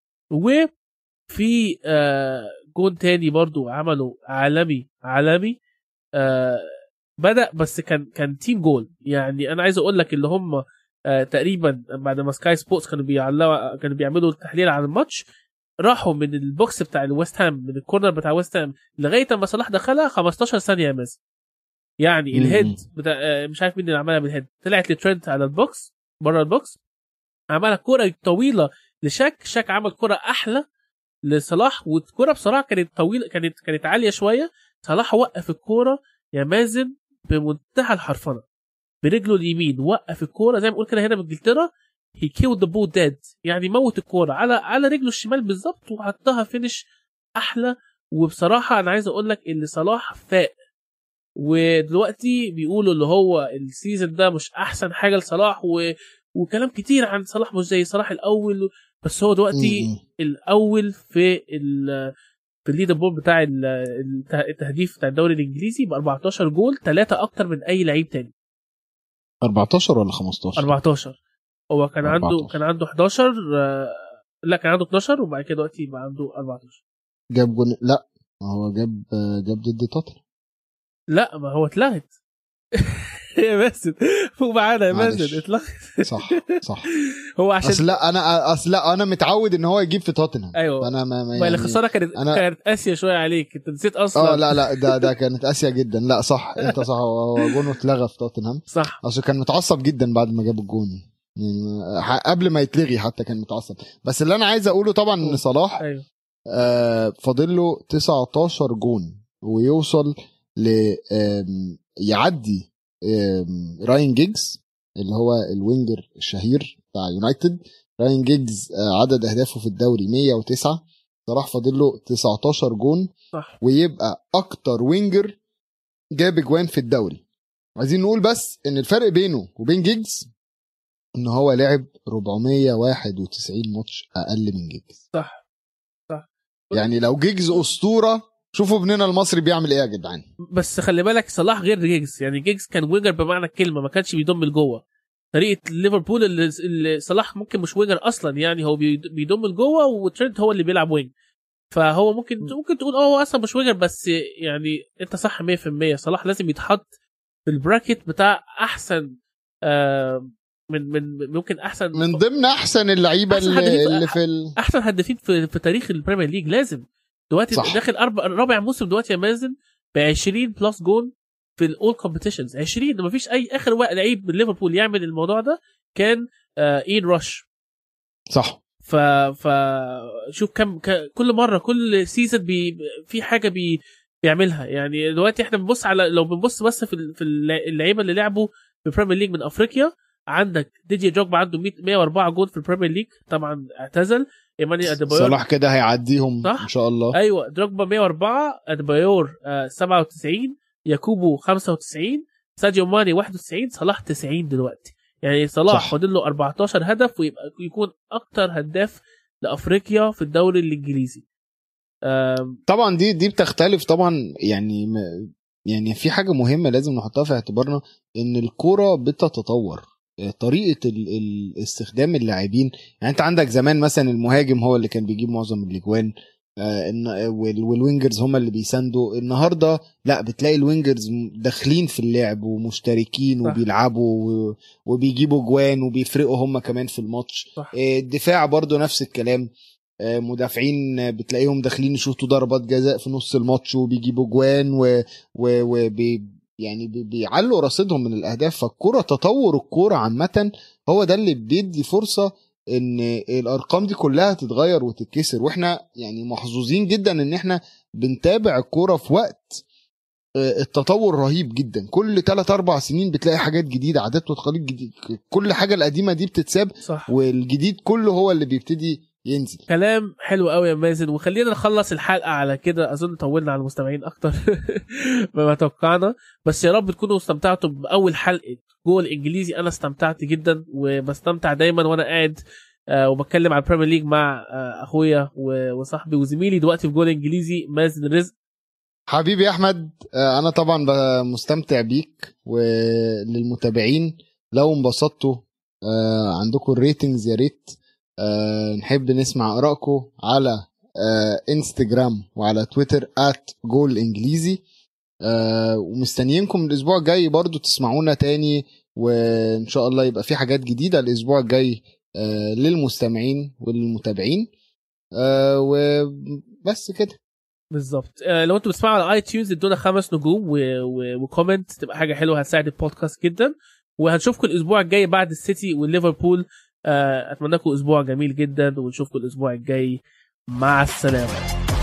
وفي آه جون تاني برضو عمله عالمي عالمي آه بدا بس كان كان تيم جول يعني. انا عايز اقول لك اللي هم آه تقريبا بعد ما سكاي سبورتس كانوا بيعلقوا كانوا بيعملوا التحليل عن الماتش راحوا من البوكس بتاع الويست هام من الكورنر بتاع ويست هام لغايه اما صلاح دخلها خمستاشر ثانيه مز يعني م-م. الهيد بتاع مش عارف مين اللي عملها بالهيد طلعت لترينت على البوكس بره البوكس عملها كوره طويله لشاك شاك عمل كوره احلى لصلاح والكوره بصراحه كانت طويله كانت كانت عاليه شويه. صلاح وقف الكوره يا مازن بمنتهى الحرفنه برجله اليمين وقف الكوره زي ما بقول كده هنا بانجلترا he killed the ball dead يعني موت الكوره على على رجله الشمال بالظبط وحطها فينش احلى. وبصراحه انا عايز اقول لك ان صلاح فاق ودلوقتي بيقولوا اللي هو السيزون ده مش احسن حاجه لصلاح و... وكلام كتير عن صلاح مش زي صلاح الاول بس هو دلوقتي م- الاول في ال... في الليدر بول بتاع التهديف بتاع الدوري الانجليزي ب أربعتاشر جول ثلاثة اكتر من اي لعيب تاني. أربعتاشر ولا خمستاشر؟ أربعتاشر. هو كان أربعتاشر. عنده كان عنده حداشر آه... لا كان عنده اتناشر وبعد كده دلوقتي بقى عنده أربعتاشر. جاب جول لا هو جاب جاب ضد توتنهام. لا ما هو اتلغت يا مازن فوق معانا يا مازن اطلق. صح صح. هو عشان اصل لا انا اصل لا انا متعود ان هو يجيب في توتنهام. ايوه انا ما, ما يعني الخساره كانت أنا... كانت قاسيه شويه عليك، انت نسيت اصلا. اه لا لا ده ده كانت قاسيه جدا. لا صح انت صح، هو جونه اتلغى في توتنهام صح. اصل كان متعصب جدا بعد ما جاب الجون يعني قبل ما يتلغي حتى كان متعصب. بس اللي انا عايز اقوله طبعا ان صلاح ايوه آه فاضل له تسعتاشر جون ويوصل ل يعدي راين جيجز اللي هو الوينجر الشهير بتاع يونايتد. راين جيجز آه عدد اهدافه في الدوري مية وتسعة، صلاح فاضل له تسعتاشر جون صح. ويبقى اكتر وينجر جاب اجوان في الدوري. عايزين نقول بس ان الفرق بينه وبين جيجز ان هو لعب أربعمية وواحد وتسعين ماتش اقل من جيجز. صح صح. يعني لو جيجز اسطوره، شوفوا ابننا المصري بيعمل ايه يا جدعان. بس خلي بالك صلاح غير جيجز، يعني جيجز كان وينجر بمعنى الكلمه، ما كانش بيضم لجوه. طريقه ليفربول اللي, اللي صلاح ممكن مش وينجر اصلا، يعني هو بيضم لجوه وترينت هو اللي بيلعب وينج، فهو ممكن ممكن تقول اه هو اصلا مش وينجر. بس يعني انت صح مية في المية، صلاح لازم يتحط في البراكت بتاع احسن آه من من ممكن احسن من ضمن احسن اللعيبه اللي, اللي في ال... احسن هدافين في, في تاريخ البريمير ليج. لازم دلوقتي صح. داخل أربع رابع موسم دلوقتي يا مازن ب عشرين بلس جون في الاول كومبيتيشنز. عشرين ما فيش اي اخر وقت لعيب من ليفربول يعمل الموضوع ده كان آه اين روش. صح. ف ف شوف كم ك... كل مره كل سيزون بي... في حاجه بي... بيعملها. يعني دلوقتي احنا بنبص على لو بنبص بس في في اللعيبه اللي لعبوا في البريمير ليج من افريقيا، عندك ديجي جوجبا عنده مية وأربعة جول في البريمير ليج، طبعا اعتزل. ايماني اديبايور صلاح كده هيعديهم صح؟ ان شاء الله. ايوه دروجبا مية وأربعة، اديبايور آه سبعة وتسعين، ياكوبو خمسة وتسعين، ساديو ماني واحد وتسعين، صلاح تسعين دلوقتي. يعني صلاح فاضل له أربعتاشر هدف ويبقى يكون اكتر هداف لافريقيا في الدوري الانجليزي. طبعا دي دي بتختلف طبعا. يعني يعني في حاجه مهمه لازم نحطها في اعتبارنا، ان الكوره بتتطور، طريقه الاستخدام اللاعبين. يعني انت عندك زمان مثلا المهاجم هو اللي كان بيجيب معظم الاجوان والوينجرز هم اللي بيساندوا. النهارده لا، بتلاقي الوينجرز داخلين في اللعب ومشتركين وبيلعبوا وبيجيبوا جوان وبيفرقوا هم كمان في الماتش. الدفاع برضو نفس الكلام، مدافعين بتلاقيهم داخلين يشوطوا ضربات جزاء في نص الماتش وبيجيبوا جوان و, و... و... بي... يعني بيعلوا رصيدهم من الاهداف. فالكرة تطور الكرة عامة هو ده اللي بيدي فرصة ان الارقام دي كلها تتغير وتتكسر. واحنا يعني محظوظين جدا ان احنا بنتابع الكرة في وقت التطور رهيب جدا. كل ثلاثة أربعة سنين بتلاقي حاجات جديدة، عادات وتقاليد جديد. كل حاجة القديمة دي بتتساب صح. والجديد كله هو اللي بيبتدي ينزل. كلام حلو قوي يا مازن، وخلينا نخلص الحلقه على كده. اظن طولنا على المستمعين اكتر مما توقعنا، بس يا رب تكونوا استمتعتوا باول حلقه جول انجليزي. انا استمتعت جدا وبستمتع دايما وانا قاعد آه وبتكلم على البريمير ليج مع آه اخويا وصاحبي وزميلي دلوقتي في جول انجليزي مازن رزق. حبيبي يا احمد، آه انا طبعا مستمتع بيك. وللمتابعين لو انبسطتوا آه عندكم الريتنجز يا ريت أه نحب نسمع آرائكم على أه انستجرام وعلى تويتر آت جول انجليزي. أه ومستنيينكم الاسبوع الجاي برضو تسمعونا تاني، وان شاء الله يبقى في حاجات جديدة الاسبوع الجاي أه للمستمعين وللمتابعين. أه وبس كده بالظبط. أه لو انتوا بتسمعوا على اي تيونز ادونا خمس نجوم وكومنت، تبقى حاجة حلوة هتساعد البودكاست جدا. وهنشوفكم الاسبوع الجاي بعد السيتي والليفربول. اتمنى لكم اسبوع جميل جدا ونشوفكم الاسبوع الجاي. مع السلامه.